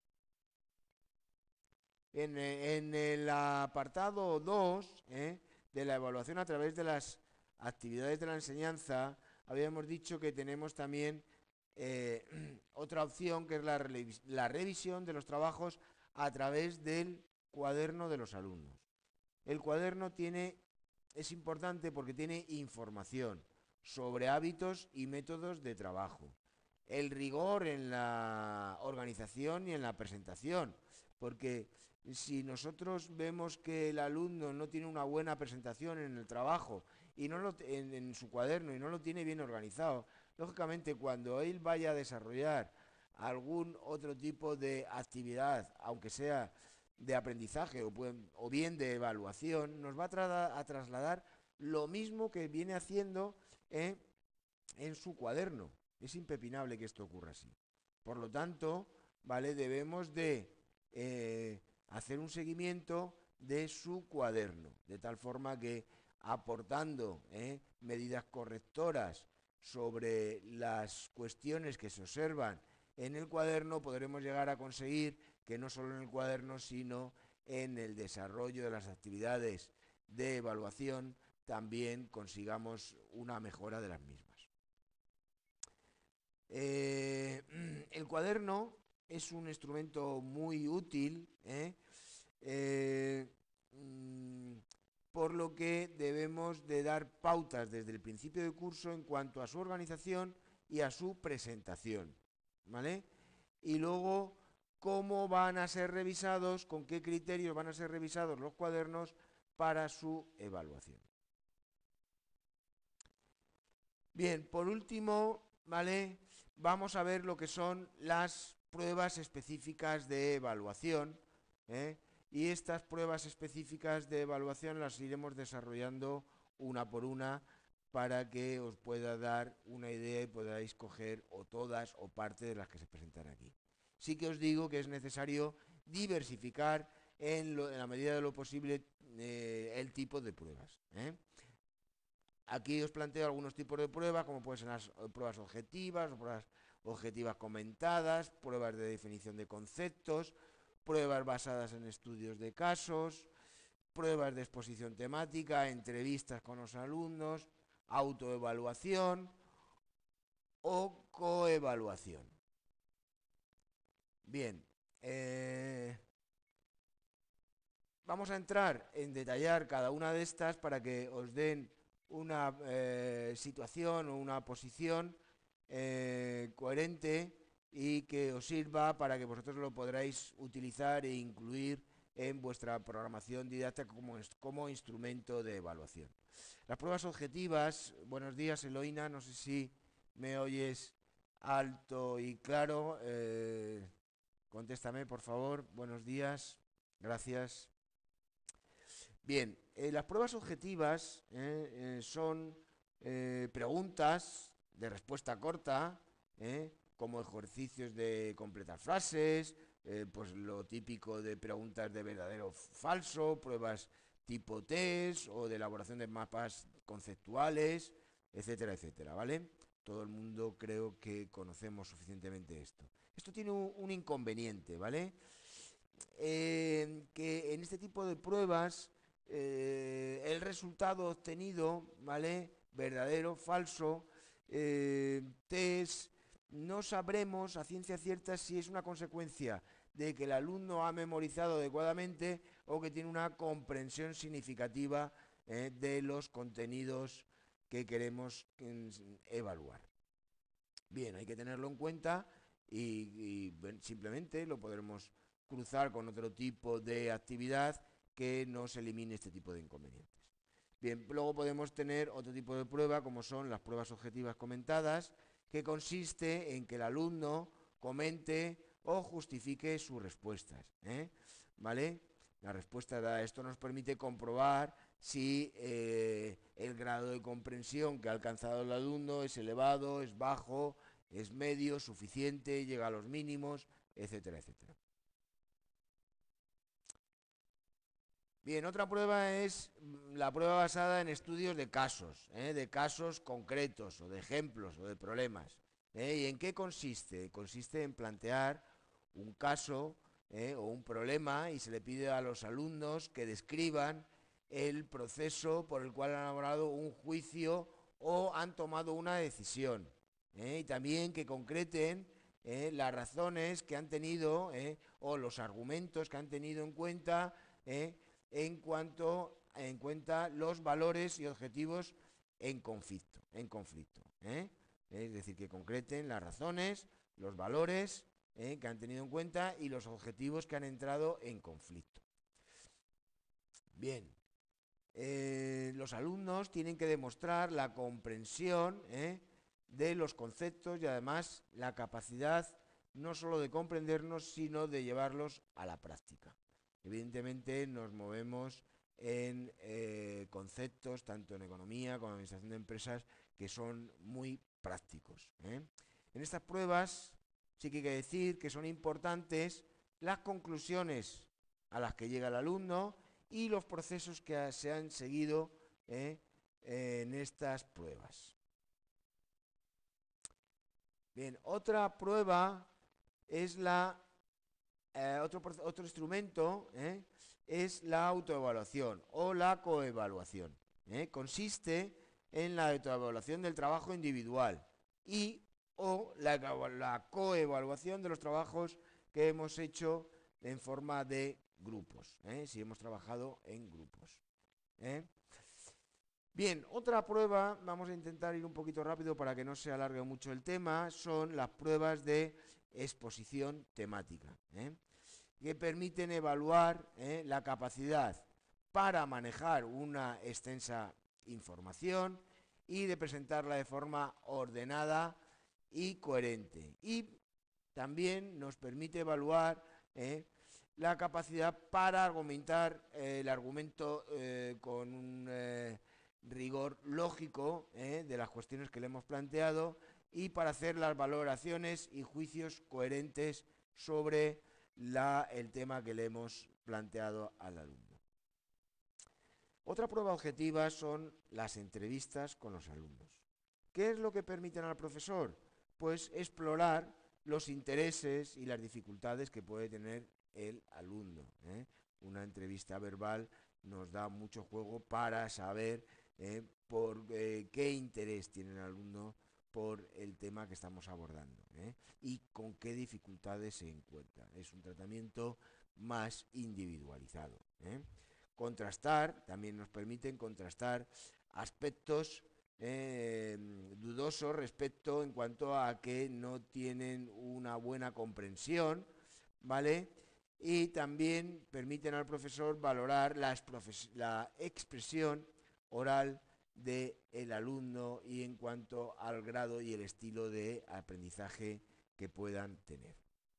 En, en el apartado dos ¿eh? de la evaluación a través de las actividades de la enseñanza, habíamos dicho que tenemos también eh, otra opción que es la, la revisión de los trabajos a través del cuaderno de los alumnos. El cuaderno tiene, es importante porque tiene información sobre hábitos y métodos de trabajo. El rigor en la organización y en la presentación, porque si nosotros vemos que el alumno no tiene una buena presentación en el trabajo y no lo, en, en su cuaderno y no lo tiene bien organizado, lógicamente cuando él vaya a desarrollar algún otro tipo de actividad, aunque sea de aprendizaje o, pueden, o bien de evaluación, nos va a, tra a, trasladar lo mismo que viene haciendo eh, en su cuaderno. Es impepinable que esto ocurra así. Por lo tanto, ¿vale? Debemos de eh, hacer un seguimiento de su cuaderno, de tal forma que aportando eh, medidas correctoras sobre las cuestiones que se observan en el cuaderno, podremos llegar a conseguir que no solo en el cuaderno, sino en el desarrollo de las actividades de evaluación, también consigamos una mejora de las mismas. Eh, el cuaderno es un instrumento muy útil, ¿eh? Eh, mm, por lo que debemos de dar pautas desde el principio del curso en cuanto a su organización y a su presentación, ¿vale? Y luego, cómo van a ser revisados, con qué criterios van a ser revisados los cuadernos para su evaluación. Bien, por último, ¿vale? Vamos a ver lo que son las pruebas específicas de evaluación, ¿eh? Y estas pruebas específicas de evaluación las iremos desarrollando una por una para que os pueda dar una idea y podáis coger o todas o parte de las que se presentan aquí. Sí que os digo que es necesario diversificar en, lo, en la medida de lo posible eh, el tipo de pruebas, ¿eh? Aquí os planteo algunos tipos de pruebas, como pueden ser las pruebas objetivas, pruebas objetivas comentadas, pruebas de definición de conceptos, pruebas basadas en estudios de casos, pruebas de exposición temática, entrevistas con los alumnos, autoevaluación o coevaluación. Bien, eh, vamos a entrar en detallar cada una de estas para que os den una eh, situación o una posición eh, coherente y que os sirva para que vosotros lo podráis utilizar e incluir en vuestra programación didáctica como, como instrumento de evaluación. Las pruebas objetivas, buenos días Eloína, no sé si me oyes alto y claro, eh, contéstame por favor, buenos días, gracias. Bien, eh, las pruebas objetivas eh, eh, son eh, preguntas de respuesta corta, eh, como ejercicios de completar frases, eh, pues lo típico de preguntas de verdadero o falso, pruebas tipo test o de elaboración de mapas conceptuales, etcétera, etcétera, ¿vale? Todo el mundo creo que conocemos suficientemente esto. Esto tiene un, un inconveniente, ¿vale? Eh, que en este tipo de pruebas eh, el resultado obtenido, ¿vale? Verdadero, falso, eh, test, no sabremos a ciencia cierta si es una consecuencia de que el alumno ha memorizado adecuadamente o que tiene una comprensión significativa eh, de los contenidos que queremos eh, evaluar. Bien, hay que tenerlo en cuenta y, y simplemente lo podremos cruzar con otro tipo de actividad que nos elimine este tipo de inconvenientes. Bien, luego podemos tener otro tipo de prueba, como son las pruebas objetivas comentadas, que consiste en que el alumno comente o justifique sus respuestas, ¿eh? ¿Vale? La respuesta da, esto nos permite comprobar si eh, el grado de comprensión que ha alcanzado el alumno es elevado, es bajo, es medio, suficiente, llega a los mínimos, etcétera, etcétera. Bien, otra prueba es la prueba basada en estudios de casos, ¿eh? De casos concretos o de ejemplos o de problemas. ¿eh? ¿Y en qué consiste? Consiste en plantear un caso ¿eh? o un problema y se le pide a los alumnos que describan el proceso por el cual han elaborado un juicio o han tomado una decisión. ¿eh? Y también que concreten ¿eh? las razones que han tenido ¿eh? o los argumentos que han tenido en cuenta ¿eh? en cuanto en cuenta los valores y objetivos en conflicto, en conflicto. ¿eh? Es decir, que concreten las razones, los valores ¿eh? que han tenido en cuenta y los objetivos que han entrado en conflicto. Bien, eh, los alumnos tienen que demostrar la comprensión ¿eh? de los conceptos y además la capacidad no solo de comprendernos, sino de llevarlos a la práctica. Evidentemente nos movemos en eh, conceptos, tanto en economía como en administración de empresas, que son muy prácticos. ¿eh? En estas pruebas sí que hay que decir que son importantes las conclusiones a las que llega el alumno y los procesos que se han seguido ¿eh? en estas pruebas. Bien, otra prueba es la Eh, otro, otro instrumento ¿eh? es la autoevaluación o la coevaluación. ¿eh? Consiste en la autoevaluación del trabajo individual y o la, la coevaluación de los trabajos que hemos hecho en forma de grupos, ¿eh? si hemos trabajado en grupos. ¿eh? Bien, otra prueba, vamos a intentar ir un poquito rápido para que no se alargue mucho el tema, son las pruebas de exposición temática, ¿eh? que permiten evaluar ¿eh? la capacidad para manejar una extensa información y de presentarla de forma ordenada y coherente. Y también nos permite evaluar ¿eh? la capacidad para argumentar eh, el argumento eh, con un eh, rigor lógico ¿eh? de las cuestiones que le hemos planteado y para hacer las valoraciones y juicios coherentes sobre la, el tema que le hemos planteado al alumno. Otra prueba objetiva son las entrevistas con los alumnos. ¿Qué es lo que permiten al profesor? Pues explorar los intereses y las dificultades que puede tener el alumno. ¿eh? Una entrevista verbal nos da mucho juego para saber eh, por eh, qué interés tiene el alumno por el tema que estamos abordando ¿eh? y con qué dificultades se encuentra. Es un tratamiento más individualizado. ¿eh? Contrastar, también nos permiten contrastar aspectos eh, dudosos respecto en cuanto a que no tienen una buena comprensión, ¿vale? Y también permiten al profesor valorar la, la expresión oral del alumno y en cuanto al grado y el estilo de aprendizaje que puedan tener.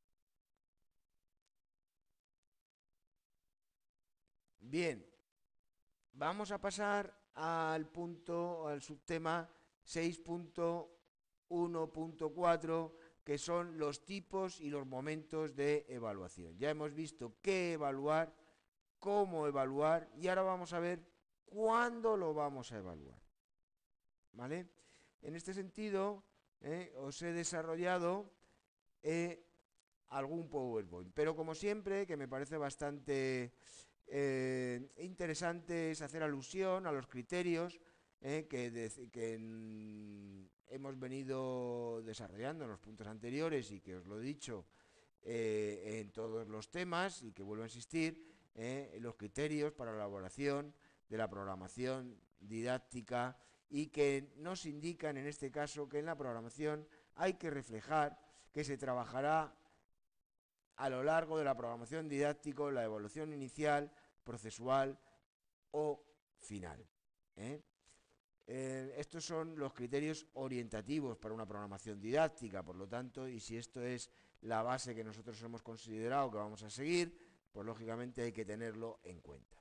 Bien, vamos a pasar al punto, al subtema seis punto uno punto cuatro, que son los tipos y los momentos de evaluación. Ya hemos visto qué evaluar, cómo evaluar y ahora vamos a ver cuándo lo vamos a evaluar. ¿Vale? En este sentido, eh, os he desarrollado eh, algún PowerPoint, pero como siempre, que me parece bastante eh, interesante es hacer alusión a los criterios eh, que, de, que en, hemos venido desarrollando en los puntos anteriores y que os lo he dicho eh, en todos los temas y que vuelvo a insistir eh, en los criterios para la elaboración de la programación didáctica y que nos indican en este caso que en la programación hay que reflejar que se trabajará a lo largo de la programación didáctica, la evolución inicial, procesual o final. ¿eh? Eh, estos son los criterios orientativos para una programación didáctica, por lo tanto, y si esto es la base que nosotros hemos considerado que vamos a seguir, pues lógicamente hay que tenerlo en cuenta.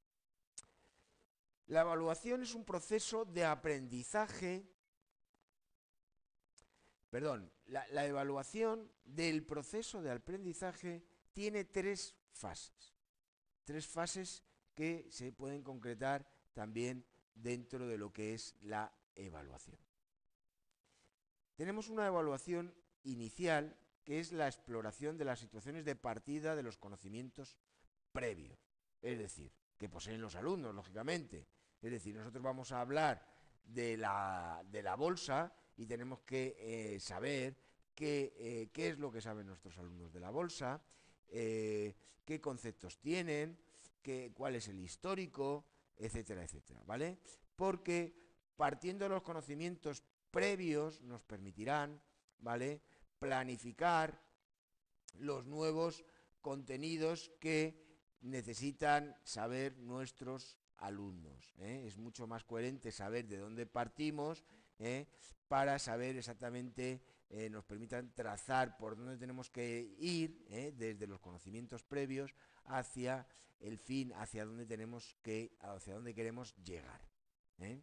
La evaluación es un proceso de aprendizaje, perdón, la, la evaluación del proceso de aprendizaje tiene tres fases, tres fases que se pueden concretar también dentro de lo que es la evaluación. Tenemos una evaluación inicial, que es la exploración de las situaciones de partida de los conocimientos previos, es decir, que poseen los alumnos, lógicamente. Es decir, nosotros vamos a hablar de la, de la bolsa y tenemos que eh, saber qué, eh, qué es lo que saben nuestros alumnos de la bolsa, eh, qué conceptos tienen, qué, cuál es el histórico, etcétera, etcétera, ¿vale? Porque partiendo de los conocimientos previos nos permitirán, ¿vale?, planificar los nuevos contenidos que necesitan saber nuestros alumnos. ¿eh? Es mucho más coherente saber de dónde partimos ¿eh? para saber exactamente, eh, nos permitan trazar por dónde tenemos que ir ¿eh? desde los conocimientos previos hacia el fin, hacia dónde tenemos que, hacia dónde queremos llegar. ¿eh?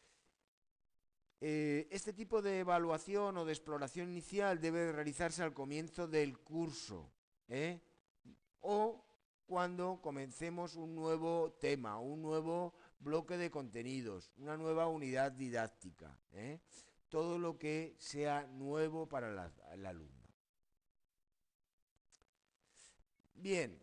Eh, este tipo de evaluación o de exploración inicial debe realizarse al comienzo del curso ¿eh? o cuando comencemos un nuevo tema, un nuevo bloque de contenidos, una nueva unidad didáctica, ¿eh? todo lo que sea nuevo para la, el alumno. Bien,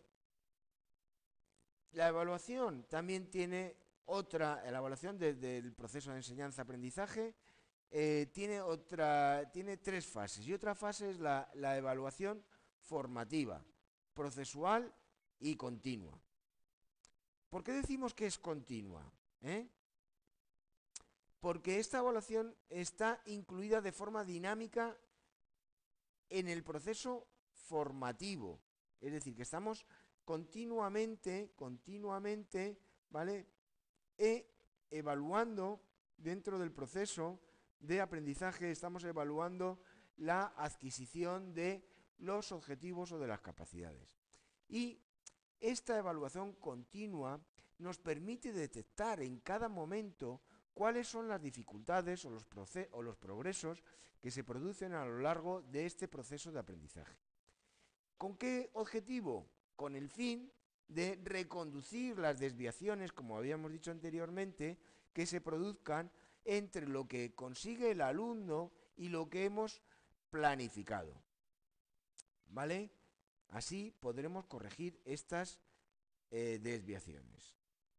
la evaluación también tiene otra, la evaluación desde el proceso de enseñanza-aprendizaje eh, tiene, otra, tiene tres fases y otra fase es la, la evaluación formativa, procesual y continua. ¿Por qué decimos que es continua? ¿Eh? Porque esta evaluación está incluida de forma dinámica en el proceso formativo. Es decir, que estamos continuamente, continuamente, ¿vale? E evaluando dentro del proceso de aprendizaje, estamos evaluando la adquisición de los objetivos o de las capacidades. Y esta evaluación continua nos permite detectar en cada momento cuáles son las dificultades o los, o los progresos que se producen a lo largo de este proceso de aprendizaje. ¿Con qué objetivo? Con el fin de reconducir las desviaciones, como habíamos dicho anteriormente, que se produzcan entre lo que consigue el alumno y lo que hemos planificado. ¿Vale? Así podremos corregir estas eh, desviaciones.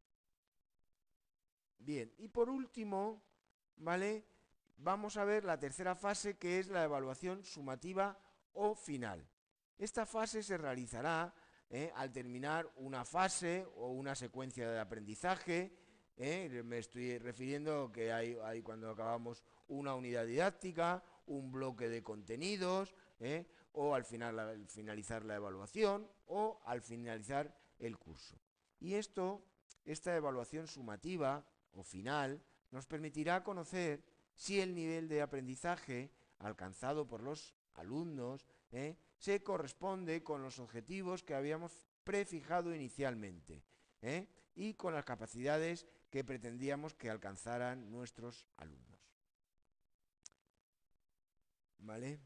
Bien, y por último, ¿vale?, vamos a ver la tercera fase, que es la evaluación sumativa o final. Esta fase se realizará eh, al terminar una fase o una secuencia de aprendizaje. Eh, me estoy refiriendo que hay, hay cuando acabamos una unidad didáctica, un bloque de contenidos, eh, o al, final, al finalizar la evaluación o al finalizar el curso. Y esto, esta evaluación sumativa o final nos permitirá conocer si el nivel de aprendizaje alcanzado por los alumnos ¿eh? se corresponde con los objetivos que habíamos prefijado inicialmente ¿eh? y con las capacidades que pretendíamos que alcanzaran nuestros alumnos. ¿Vale?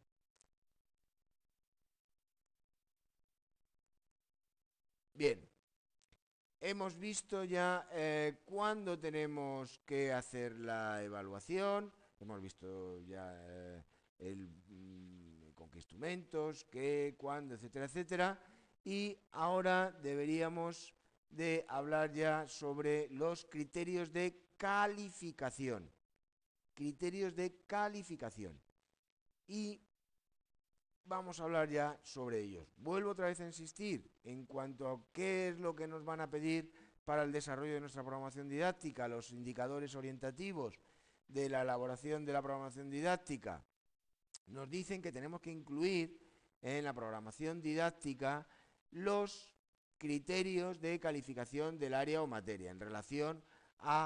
Bien. Hemos visto ya eh, cuándo tenemos que hacer la evaluación, hemos visto ya eh, el, mmm, con qué instrumentos, qué, cuándo, etcétera, etcétera. Y ahora deberíamos de hablar ya sobre los criterios de calificación. Criterios de calificación. Y vamos a hablar ya sobre ellos. Vuelvo otra vez a insistir en cuanto a qué es lo que nos van a pedir para el desarrollo de nuestra programación didáctica, los indicadores orientativos de la elaboración de la programación didáctica. Nos dicen que tenemos que incluir en la programación didáctica los criterios de calificación del área o materia en relación a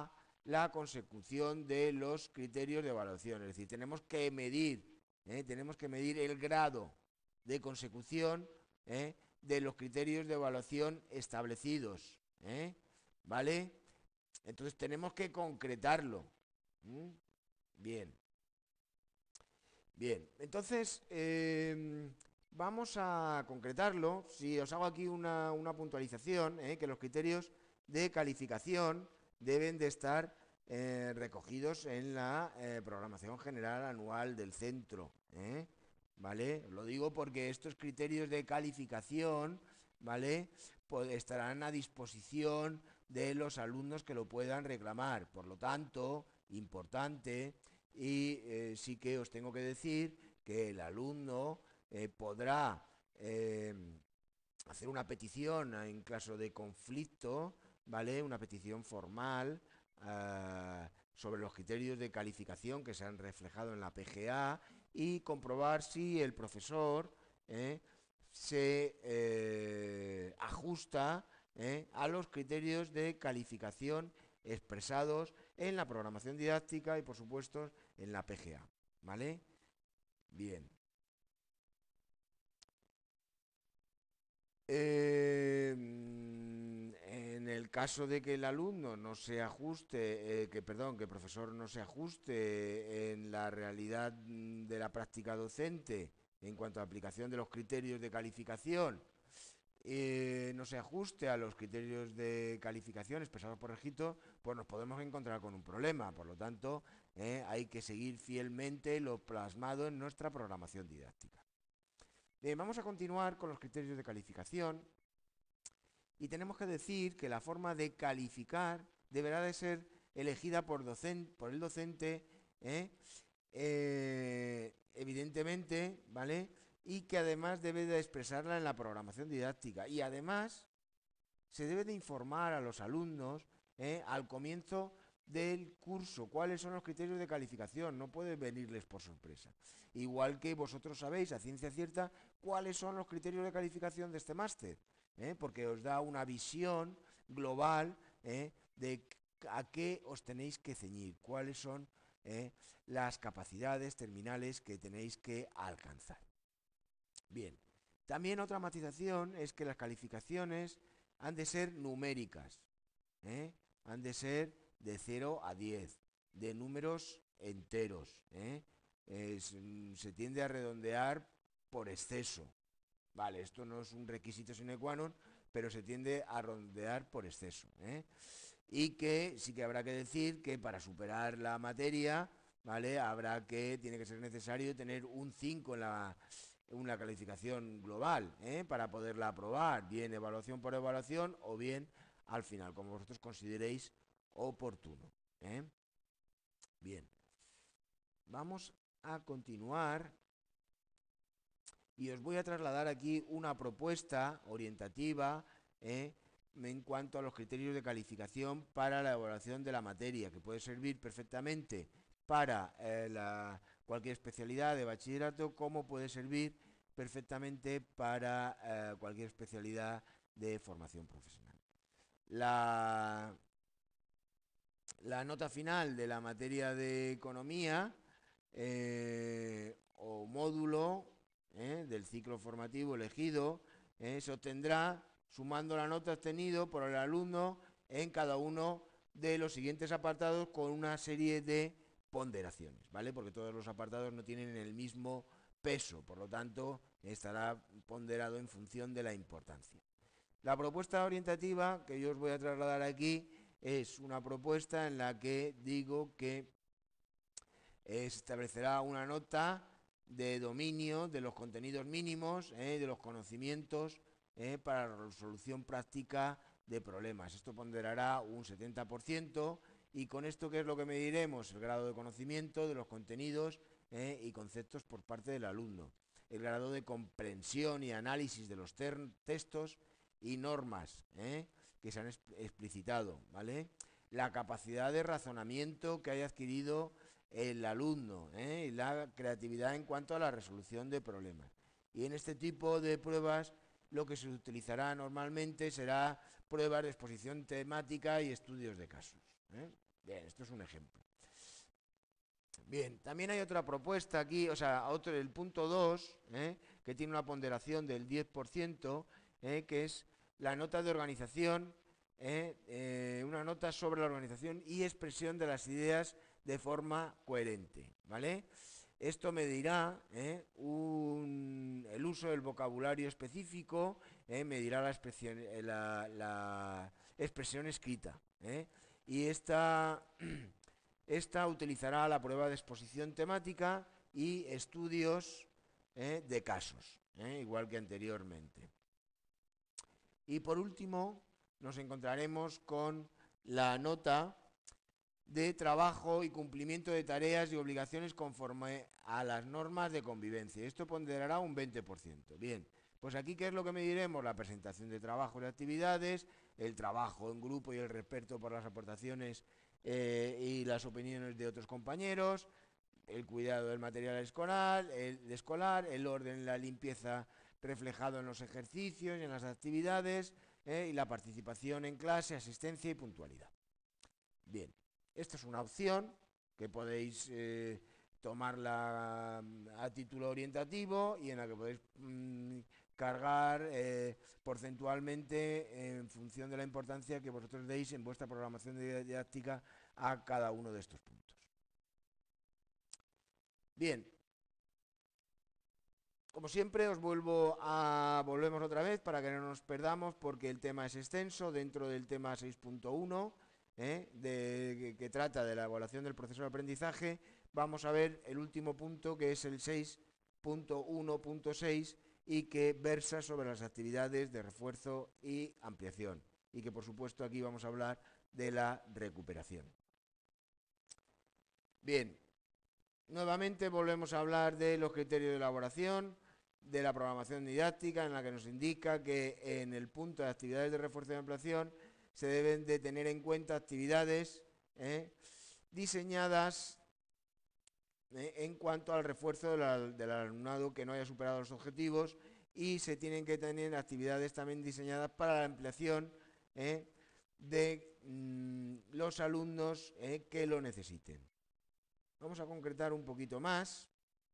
la consecución de los criterios de evaluación. Es decir, tenemos que medir, ¿eh? tenemos que medir el grado de consecución ¿eh? de los criterios de evaluación establecidos. ¿eh? ¿Vale? Entonces tenemos que concretarlo. ¿Mm? Bien. Bien, entonces eh, vamos a concretarlo. Si os hago aquí una, una puntualización, ¿eh? que los criterios de calificación deben de estar eh, recogidos en la eh, programación general anual del centro. ¿eh? ¿Vale? Lo digo porque estos criterios de calificación, ¿vale? Pues estarán a disposición de los alumnos que lo puedan reclamar. Por lo tanto, importante, y eh, sí que os tengo que decir que el alumno eh, podrá eh, hacer una petición en caso de conflicto, ¿vale? Una petición formal uh, sobre los criterios de calificación que se han reflejado en la P G A y comprobar si el profesor eh, se eh, ajusta eh, a los criterios de calificación expresados en la programación didáctica y, por supuesto, en la P G A. ¿Vale? Bien. Eh, en el caso de que el alumno no se ajuste, eh, que perdón, que el profesor no se ajuste en la realidad de la práctica docente en cuanto a aplicación de los criterios de calificación, eh, no se ajuste a los criterios de calificación expresados por registro, pues nos podemos encontrar con un problema. Por lo tanto, eh, hay que seguir fielmente lo plasmado en nuestra programación didáctica. Bien, vamos a continuar con los criterios de calificación y tenemos que decir que la forma de calificar deberá de ser elegida por, docente, por el docente, ¿eh? Eh, evidentemente, ¿vale? Y que además debe de expresarla en la programación didáctica. Y además se debe de informar a los alumnos ¿eh? al comienzo del curso cuáles son los criterios de calificación, no puede venirles por sorpresa. Igual que vosotros sabéis a ciencia cierta cuáles son los criterios de calificación de este máster, ¿eh? porque os da una visión global ¿eh? de a qué os tenéis que ceñir, cuáles son ¿eh? las capacidades terminales que tenéis que alcanzar. Bien, también otra matización es que las calificaciones han de ser numéricas, ¿eh? han de ser de cero a diez, de números enteros. ¿eh? Es, se tiende a redondear por exceso. Vale, esto no es un requisito sine qua non, pero se tiende a redondear por exceso. ¿eh? Y que sí que habrá que decir que para superar la materia, ¿vale? Habrá que, tiene que ser necesario tener un cinco en la una calificación global ¿eh? para poderla aprobar, bien evaluación por evaluación o bien al final, como vosotros consideréis oportuno. ¿eh? Bien, vamos a continuar y os voy a trasladar aquí una propuesta orientativa ¿eh? en cuanto a los criterios de calificación para la evaluación de la materia, que puede servir perfectamente para eh, la, cualquier especialidad de bachillerato, como puede servir perfectamente para eh, cualquier especialidad de formación profesional. La, la nota final de la materia de economía eh, o módulo eh, del ciclo formativo elegido eh, se obtendrá sumando la nota obtenida por el alumno en cada uno de los siguientes apartados con una serie de ponderaciones, ¿vale? Porque todos los apartados no tienen el mismo peso, por lo tanto estará ponderado en función de la importancia. La propuesta orientativa que yo os voy a trasladar aquí es una propuesta en la que digo que eh, se establecerá una nota de dominio de los contenidos mínimos, eh, de los conocimientos eh, para la resolución práctica de problemas. Esto ponderará un setenta por ciento y con esto, ¿qué es lo que mediremos? El grado de conocimiento de los contenidos eh, y conceptos por parte del alumno, el grado de comprensión y análisis de los textos y normas ¿eh? que se han explicitado, ¿vale? La capacidad de razonamiento que haya adquirido el alumno ¿eh? y la creatividad en cuanto a la resolución de problemas. Y en este tipo de pruebas lo que se utilizará normalmente será pruebas de exposición temática y estudios de casos. ¿eh? Bien, esto es un ejemplo. Bien, también hay otra propuesta aquí, o sea, otro, el punto dos, ¿eh? que tiene una ponderación del diez por ciento, ¿eh? que es la nota de organización, ¿eh? Eh, una nota sobre la organización y expresión de las ideas de forma coherente, ¿vale? Esto medirá ¿eh? un, el uso del vocabulario específico, ¿eh? medirá la expresión, eh, la, la expresión escrita, ¿eh? y esta... Esta utilizará la prueba de exposición temática y estudios eh, de casos, eh, igual que anteriormente. Y por último, nos encontraremos con la nota de trabajo y cumplimiento de tareas y obligaciones conforme a las normas de convivencia. Esto ponderará un veinte por ciento. Bien, pues aquí, ¿qué es lo que mediremos? La presentación de trabajos y actividades, el trabajo en grupo y el respeto por las aportaciones eh, y las opiniones de otros compañeros, el cuidado del material escolar, el escolar, el orden y la limpieza reflejado en los ejercicios y en las actividades, eh, y la participación en clase, asistencia y puntualidad. Bien, esta es una opción que podéis eh, tomarla a título orientativo y en la que podéis mmm, cargar eh, porcentualmente en función de la importancia que vosotros deis en vuestra programación didáctica a cada uno de estos puntos. Bien, como siempre os vuelvo a volvemos otra vez para que no nos perdamos porque el tema es extenso dentro del tema seis punto uno. ¿Eh? De, que, que trata de la evaluación del proceso de aprendizaje, vamos a ver el último punto que es el seis punto uno punto seis y que versa sobre las actividades de refuerzo y ampliación y que por supuesto aquí vamos a hablar de la recuperación. Bien, nuevamente volvemos a hablar de los criterios de elaboración de la programación didáctica en la que nos indica que en el punto de actividades de refuerzo y ampliación se deben de tener en cuenta actividades ¿eh? diseñadas ¿eh? en cuanto al refuerzo del, del alumnado que no haya superado los objetivos y se tienen que tener actividades también diseñadas para la ampliación ¿eh? de mmm, los alumnos ¿eh? que lo necesiten. Vamos a concretar un poquito más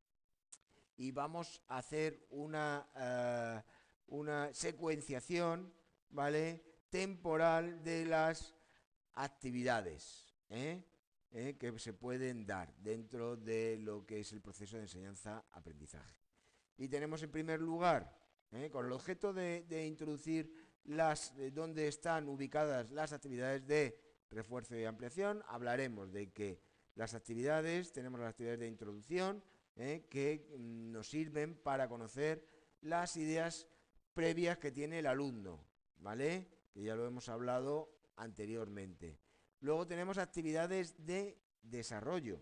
y vamos a hacer una, uh, una secuenciación, ¿vale?, temporal de las actividades ¿eh? ¿Eh? que se pueden dar dentro de lo que es el proceso de enseñanza-aprendizaje. Y tenemos en primer lugar, ¿eh? con el objeto de, de introducir las, de dónde están ubicadas las actividades de refuerzo y ampliación, hablaremos de que las actividades, tenemos las actividades de introducción, ¿eh? que mm, nos sirven para conocer las ideas previas que tiene el alumno, ¿vale?, que ya lo hemos hablado anteriormente. Luego tenemos actividades de desarrollo.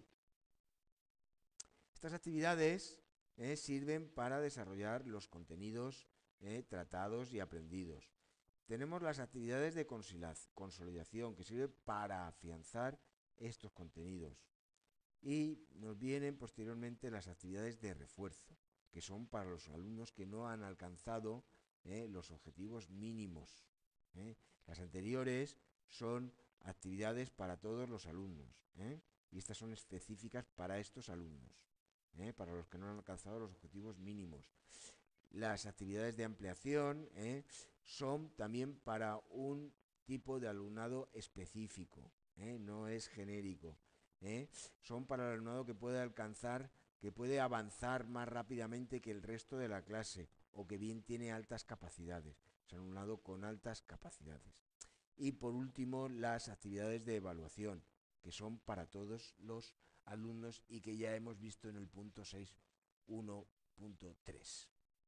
Estas actividades eh, sirven para desarrollar los contenidos eh, tratados y aprendidos. Tenemos las actividades de consolidación, que sirven para afianzar estos contenidos. Y nos vienen posteriormente las actividades de refuerzo, que son para los alumnos que no han alcanzado eh, los objetivos mínimos. ¿eh? Las anteriores son actividades para todos los alumnos ¿eh? y estas son específicas para estos alumnos, ¿eh? para los que no han alcanzado los objetivos mínimos. Las actividades de ampliación ¿eh? son también para un tipo de alumnado específico, ¿eh? no es genérico. ¿eh? Son para el alumnado que puede alcanzar, que puede avanzar más rápidamente que el resto de la clase o que bien tiene altas capacidades. Es alumnado con altas capacidades. Y por último, las actividades de evaluación, que son para todos los alumnos y que ya hemos visto en el punto seis punto uno punto tres.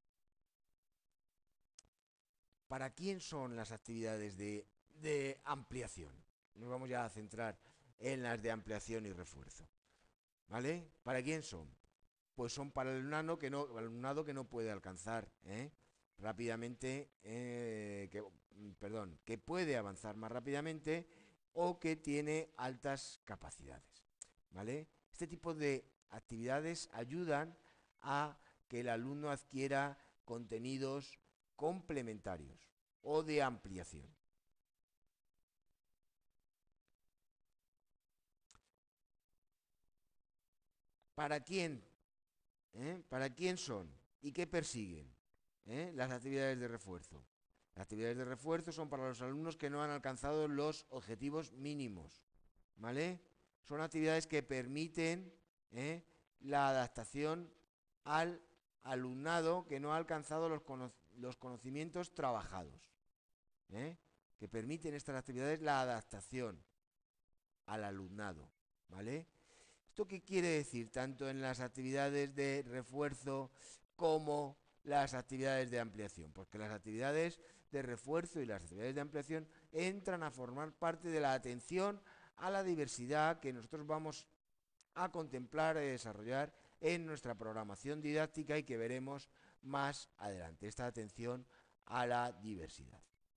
¿Para quién son las actividades de, de ampliación? Nos vamos ya a centrar en las de ampliación y refuerzo. ¿Vale? ¿Para quién son? Pues son para el alumnado que no, el alumnado que no puede alcanzar ¿eh? rápidamente, eh, que, perdón, que puede avanzar más rápidamente o que tiene altas capacidades. ¿Vale? Este tipo de actividades ayudan a que el alumno adquiera contenidos complementarios o de ampliación. ¿Para quién? ¿Eh? ¿Para quién son? ¿Y qué persiguen? ¿Eh? Las actividades de refuerzo. Las actividades de refuerzo son para los alumnos que no han alcanzado los objetivos mínimos, ¿vale? Son actividades que permiten ¿eh? la adaptación al alumnado que no ha alcanzado los, cono los conocimientos trabajados, ¿eh? Que permiten estas actividades la adaptación al alumnado, ¿vale? ¿Esto qué quiere decir? Tanto en las actividades de refuerzo como las actividades de ampliación. Pues que las actividades de refuerzo y las actividades de ampliación entran a formar parte de la atención a la diversidad que nosotros vamos a contemplar y desarrollar en nuestra programación didáctica y que veremos más adelante. Esta atención a la diversidad.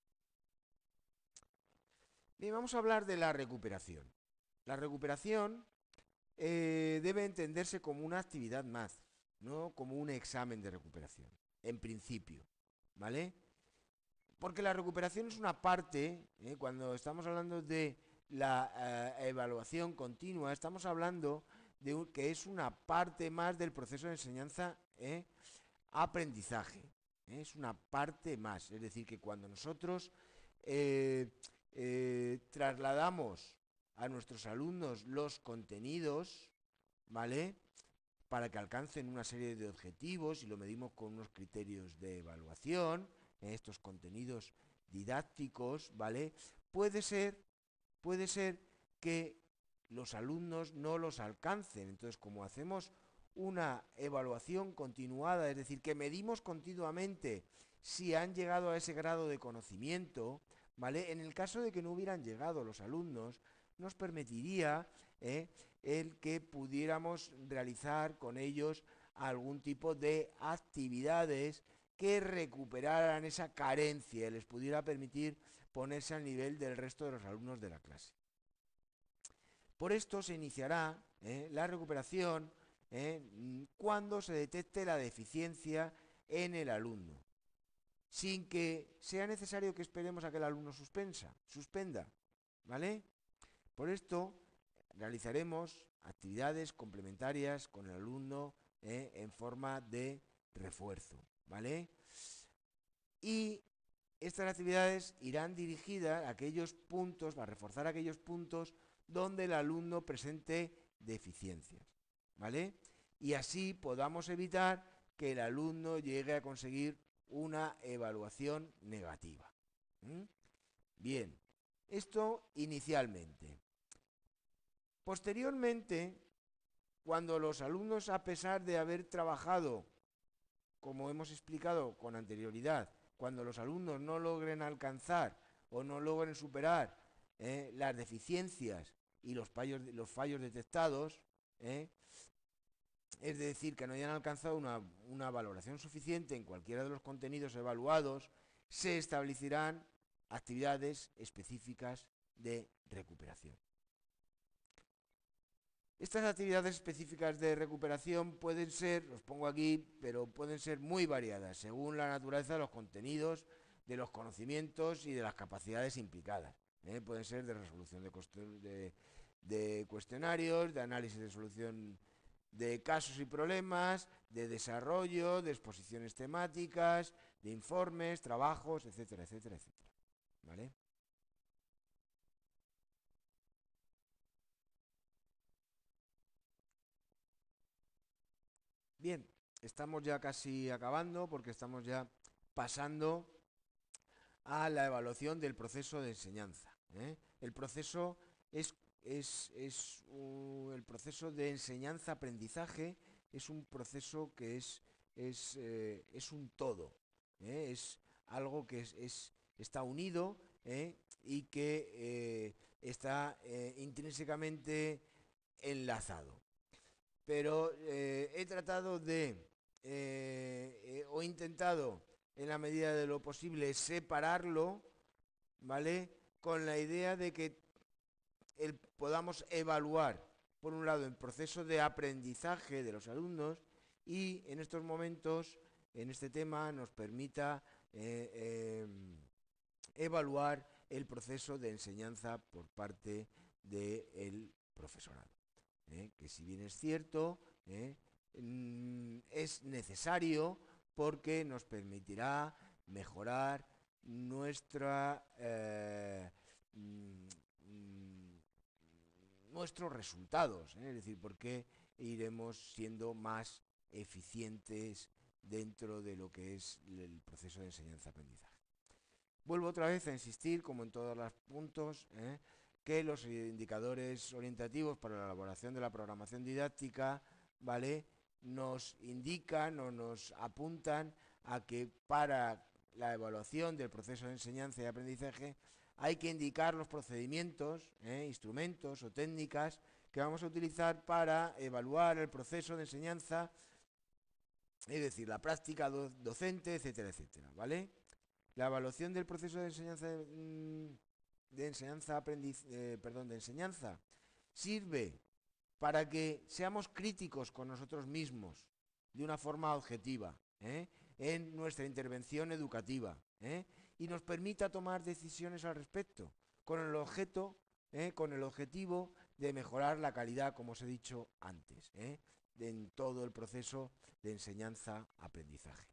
Bien, vamos a hablar de la recuperación. La recuperación eh, debe entenderse como una actividad más, no como un examen de recuperación, en principio, ¿vale? Porque la recuperación es una parte, ¿eh? Cuando estamos hablando de la eh, evaluación continua, estamos hablando de un, que es una parte más del proceso de enseñanza-aprendizaje. ¿eh? Es una parte más, es decir, que cuando nosotros eh, eh, trasladamos a nuestros alumnos los contenidos, ¿vale? Para que alcancen una serie de objetivos y lo medimos con unos criterios de evaluación, en estos contenidos didácticos, ¿vale? Puede ser, puede ser que los alumnos no los alcancen. Entonces, como hacemos una evaluación continuada, es decir, que medimos continuamente si han llegado a ese grado de conocimiento, ¿vale? En el caso de que no hubieran llegado los alumnos, nos permitiría ¿eh? el que pudiéramos realizar con ellos algún tipo de actividades que recuperaran esa carencia y les pudiera permitir ponerse al nivel del resto de los alumnos de la clase. Por esto se iniciará ¿eh? la recuperación ¿eh? cuando se detecte la deficiencia en el alumno, sin que sea necesario que esperemos a que el alumno suspensa, suspenda, ¿vale? Por esto realizaremos actividades complementarias con el alumno ¿eh? en forma de refuerzo, ¿vale? Y estas actividades irán dirigidas a aquellos puntos, a reforzar aquellos puntos donde el alumno presente deficiencias, ¿vale? Y así podamos evitar que el alumno llegue a conseguir una evaluación negativa. ¿Mm? Bien, esto inicialmente. Posteriormente, cuando los alumnos, a pesar de haber trabajado, como hemos explicado con anterioridad, cuando los alumnos no logren alcanzar o no logren superar eh, las deficiencias y los fallos, los fallos detectados, eh, es decir, que no hayan alcanzado una, una valoración suficiente en cualquiera de los contenidos evaluados, se establecerán actividades específicas de recuperación. Estas actividades específicas de recuperación pueden ser, los pongo aquí, pero pueden ser muy variadas según la naturaleza de los contenidos, de los conocimientos y de las capacidades implicadas. ¿eh? Pueden ser de resolución de, de, de cuestionarios, de análisis de solución de casos y problemas, de desarrollo, de exposiciones temáticas, de informes, trabajos, etcétera, etcétera, etcétera. ¿Vale? Bien, estamos ya casi acabando porque estamos ya pasando a la evaluación del proceso de enseñanza. ¿eh? El proceso es, es, es uh, el proceso de enseñanza-aprendizaje es un proceso que es, es, eh, es un todo, ¿eh? es algo que es, es está unido ¿eh? y que eh, está eh, intrínsecamente enlazado. Pero eh, he tratado de, eh, eh, o intentado en la medida de lo posible separarlo, ¿vale? Con la idea de que el, podamos evaluar, por un lado, el proceso de aprendizaje de los alumnos y en estos momentos, en este tema, nos permita eh, eh, evaluar el proceso de enseñanza por parte del profesorado. ¿eh? Que si bien es cierto ¿eh? Mm, es necesario porque nos permitirá mejorar nuestra, eh, mm, mm, nuestros resultados, ¿eh? Es decir, porque iremos siendo más eficientes dentro de lo que es el proceso de enseñanza-aprendizaje. Vuelvo otra vez a insistir, como en todos los puntos, ¿eh? que los indicadores orientativos para la elaboración de la programación didáctica, ¿vale?, nos indican o nos apuntan a que para la evaluación del proceso de enseñanza y aprendizaje hay que indicar los procedimientos, ¿eh?, instrumentos o técnicas que vamos a utilizar para evaluar el proceso de enseñanza, es decir, la práctica do docente, etcétera, etcétera, ¿vale? La evaluación del proceso de enseñanza de enseñanza aprendiz, eh, perdón, de enseñanza sirve para que seamos críticos con nosotros mismos de una forma objetiva, ¿eh?, en nuestra intervención educativa, ¿eh?, y nos permita tomar decisiones al respecto, con el objeto, ¿eh?, con el objetivo de mejorar la calidad, como os he dicho antes, ¿eh?, en todo el proceso de enseñanza-aprendizaje.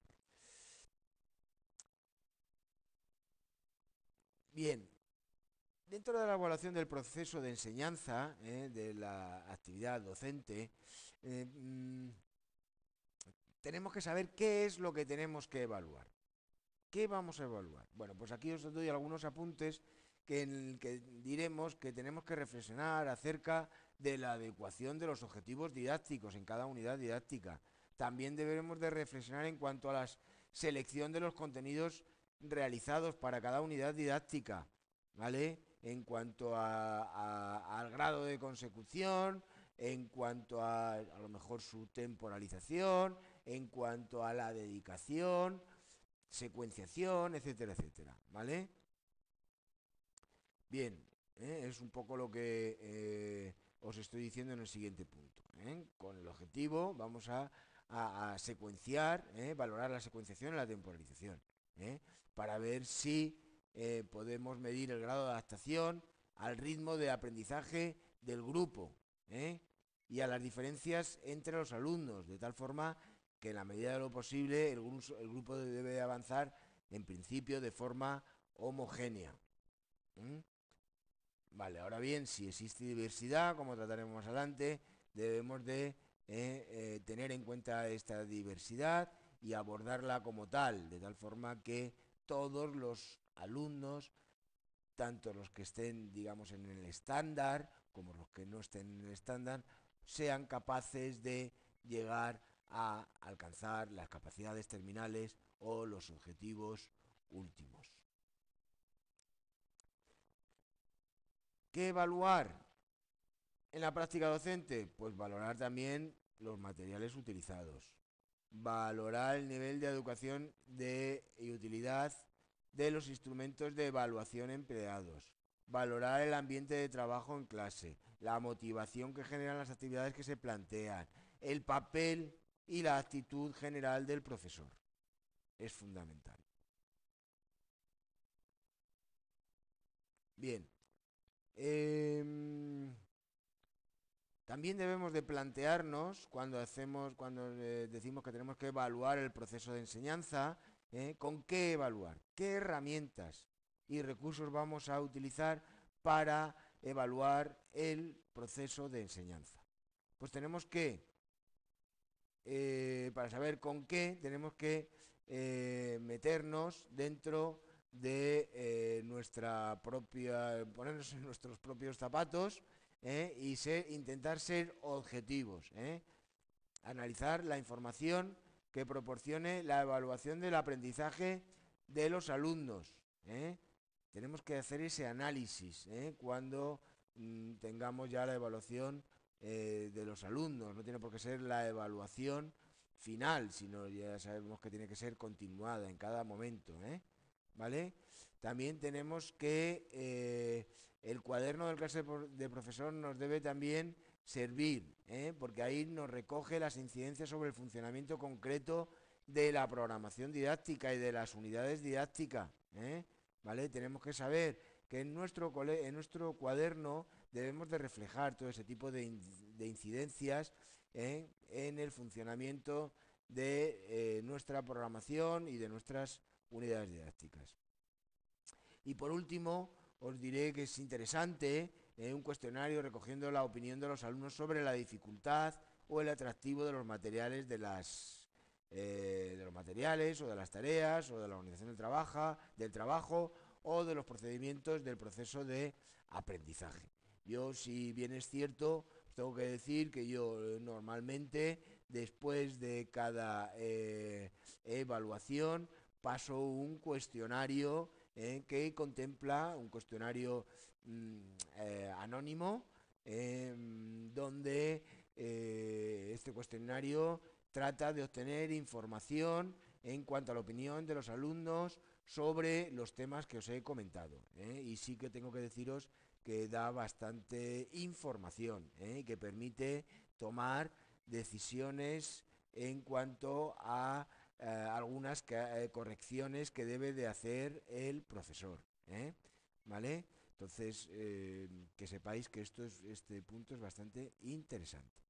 Bien, dentro de la evaluación del proceso de enseñanza, ¿eh?, de la actividad docente, eh, mmm, tenemos que saber qué es lo que tenemos que evaluar. ¿Qué vamos a evaluar? Bueno, pues aquí os doy algunos apuntes que, en el que diremos que tenemos que reflexionar acerca de la adecuación de los objetivos didácticos en cada unidad didáctica. También deberemos de reflexionar en cuanto a la selección de los contenidos realizados para cada unidad didáctica, ¿vale? En cuanto a, a, al grado de consecución, en cuanto a a lo mejor su temporalización, en cuanto a la dedicación, secuenciación, etcétera, etcétera, ¿vale? Bien, ¿eh? Es un poco lo que eh, os estoy diciendo en el siguiente punto, ¿eh? Con el objetivo vamos a, a, a secuenciar, ¿eh?, valorar la secuenciación y la temporalización, ¿eh?, para ver si eh, podemos medir el grado de adaptación al ritmo de aprendizaje del grupo, ¿eh?, y a las diferencias entre los alumnos, de tal forma que en la medida de lo posible el, gru el grupo debe avanzar en principio de forma homogénea. ¿Mm? Vale, ahora bien, si existe diversidad, como trataremos más adelante, debemos de eh, eh, tener en cuenta esta diversidad y abordarla como tal, de tal forma que todos los alumnos, tanto los que estén, digamos, en el estándar como los que no estén en el estándar, sean capaces de llegar a alcanzar las capacidades terminales o los objetivos últimos. ¿Qué evaluar en la práctica docente? Pues valorar también los materiales utilizados, valorar el nivel de educación de, y utilidad de los instrumentos de evaluación empleados, valorar el ambiente de trabajo en clase, la motivación que generan las actividades que se plantean, el papel y la actitud general del profesor. Es fundamental. Bien. Eh, también debemos de plantearnos, cuando hacemos, cuando eh, decimos que tenemos que evaluar el proceso de enseñanza, ¿eh?, ¿con qué evaluar? ¿Qué herramientas y recursos vamos a utilizar para evaluar el proceso de enseñanza? Pues tenemos que, eh, para saber con qué, tenemos que eh, meternos dentro de eh, nuestra propia, ponernos en nuestros propios zapatos, ¿eh?, y ser, intentar ser objetivos, ¿eh?, analizar la información que proporcione la evaluación del aprendizaje de los alumnos, ¿eh? Tenemos que hacer ese análisis, ¿eh?, cuando mmm, tengamos ya la evaluación eh, de los alumnos. No tiene por qué ser la evaluación final, sino ya sabemos que tiene que ser continuada en cada momento, ¿eh? ¿Vale? También tenemos que eh, el cuaderno del clase de profesor nos debe también servir, ¿eh?, porque ahí nos recoge las incidencias sobre el funcionamiento concreto de la programación didáctica y de las unidades didácticas, ¿eh? ¿Vale? Tenemos que saber que en nuestro, en nuestro cuaderno debemos de reflejar todo ese tipo de, in de incidencias ¿eh? en el funcionamiento de eh, nuestra programación y de nuestras unidades didácticas. Y por último, os diré que es interesante eh, un cuestionario recogiendo la opinión de los alumnos sobre la dificultad o el atractivo de los materiales de las eh, de los materiales o de las tareas o de la organización del trabajo, del trabajo o de los procedimientos del proceso de aprendizaje. Yo, si bien es cierto, os tengo que decir que yo eh, normalmente, después de cada eh, evaluación, paso un cuestionario eh, que contempla un cuestionario mm, eh, anónimo, eh, donde eh, este cuestionario trata de obtener información en cuanto a la opinión de los alumnos sobre los temas que os he comentado. ¿eh? Y sí que tengo que deciros que da bastante información, ¿eh? que permite tomar decisiones en cuanto a eh, algunas que, eh, correcciones que debe de hacer el profesor. ¿eh? ¿Vale? Entonces, eh, que sepáis que esto es, este punto es bastante interesante.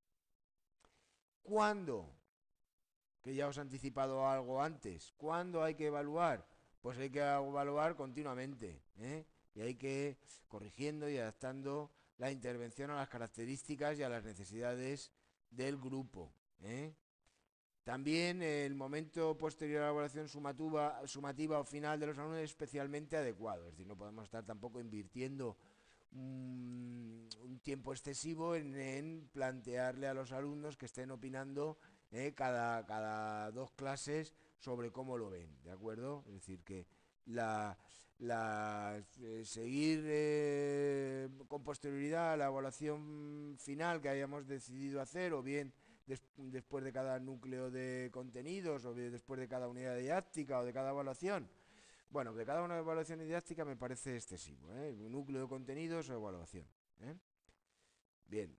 ¿Cuándo? Que ya os he anticipado algo antes. ¿Cuándo hay que evaluar? Pues hay que evaluar continuamente. ¿eh? Y hay que ir corrigiendo y adaptando la intervención a las características y a las necesidades del grupo. ¿eh? También el momento posterior a la evaluación sumativa, sumativa o final de los alumnos es especialmente adecuado. Es decir, no podemos estar tampoco invirtiendo un, un tiempo excesivo en, en, plantearle a los alumnos que estén opinando eh, cada, cada dos clases sobre cómo lo ven, ¿de acuerdo? Es decir, que la, la eh, seguir eh, con posterioridad la evaluación final que hayamos decidido hacer, o bien des, después de cada núcleo de contenidos, o bien después de cada unidad didáctica o de cada evaluación. Bueno, de cada una evaluación didáctica me parece excesivo, ¿eh? Un núcleo de contenidos o evaluación. ¿eh? Bien.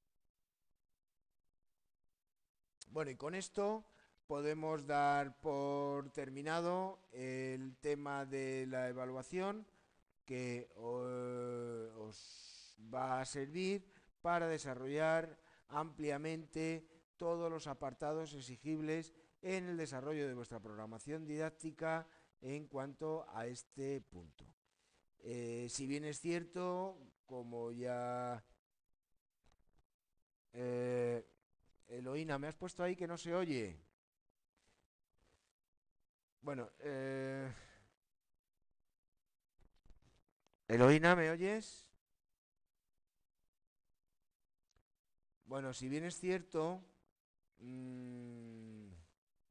Bueno, y con esto podemos dar por terminado el tema de la evaluación que eh, os va a servir para desarrollar ampliamente todos los apartados exigibles en el desarrollo de vuestra programación didáctica en cuanto a este punto. Eh, si bien es cierto, como ya... Eh, Eloína, me has puesto ahí que no se oye. Bueno, eh... Eloína, ¿me oyes? Bueno, si bien es cierto... Mmm...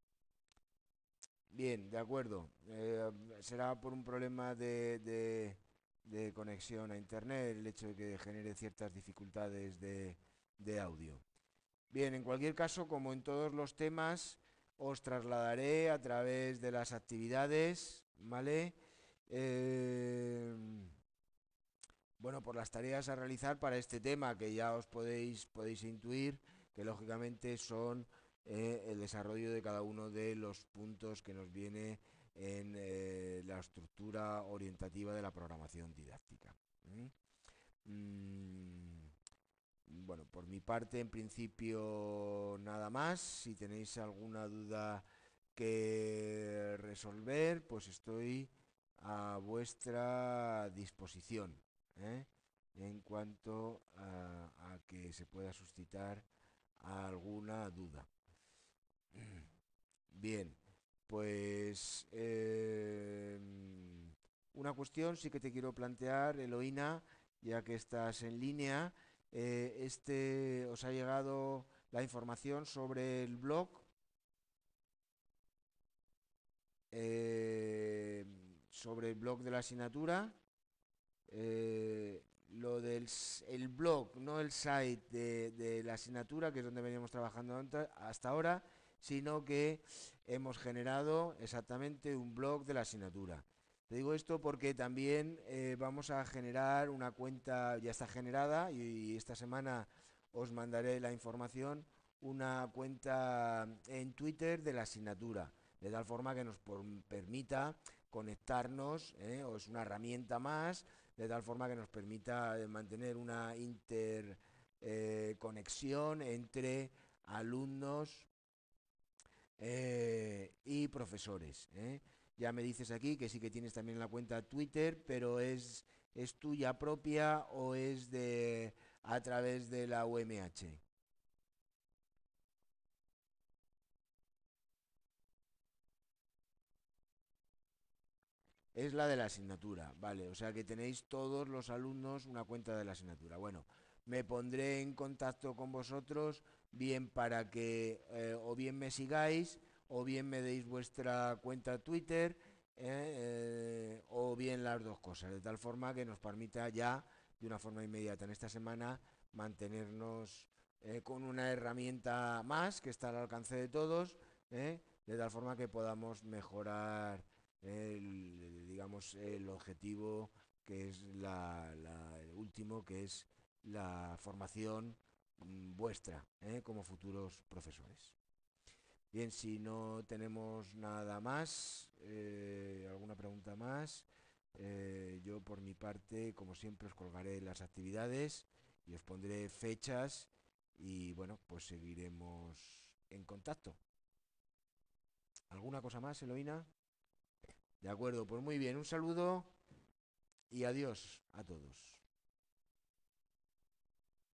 Bien, de acuerdo. Eh, será por un problema de, de, de conexión a internet, el hecho de que genere ciertas dificultades de, de audio. Bien, en cualquier caso, como en todos los temas, os trasladaré a través de las actividades, ¿vale? Eh, bueno, por las tareas a realizar para este tema, que ya os podéis, podéis intuir, que lógicamente son eh, el desarrollo de cada uno de los puntos que nos viene en eh, la estructura orientativa de la programación didáctica. ¿Mm? Mm, bueno, por mi parte, en principio, nada más. Si tenéis alguna duda que resolver, pues estoy a vuestra disposición, ¿eh? en cuanto a, a que se pueda suscitar alguna duda. Bien, pues eh, una cuestión sí que te quiero plantear, Eloína, ya que estás en línea. Eh, este os ha llegado la información sobre el blog, eh, sobre el blog de la asignatura. Eh, lo del el blog, no el site de, de la asignatura, que es donde veníamos trabajando hasta ahora, sino que hemos generado exactamente un blog de la asignatura. Te digo esto porque también eh, vamos a generar una cuenta, ya está generada, y, y esta semana os mandaré la información, una cuenta en Twitter de la asignatura, de tal forma que nos por, permita conectarnos, ¿eh? o es una herramienta más, de tal forma que nos permita mantener una interconexión conexión entre alumnos eh, y profesores. ¿eh? Ya me dices aquí que sí que tienes también la cuenta Twitter, pero es, es tuya propia o es de a través de la U M H. Es la de la asignatura, vale. O sea que tenéis todos los alumnos una cuenta de la asignatura. Bueno, me pondré en contacto con vosotros, bien para que eh, o bien me sigáis, o bien me deis vuestra cuenta Twitter, eh, eh, o bien las dos cosas, de tal forma que nos permita ya, de una forma inmediata en esta semana, mantenernos eh, con una herramienta más que está al alcance de todos, eh, de tal forma que podamos mejorar el, digamos, el objetivo que es la, la- el último, que es la formación mm, vuestra, ¿eh? Como futuros profesores. Bien, si no tenemos nada más, eh, alguna pregunta más, eh, yo por mi parte, como siempre, os colgaré las actividades y os pondré fechas y bueno, pues seguiremos en contacto. ¿Alguna cosa más, Eloína? De acuerdo, pues muy bien, un saludo y adiós a todos.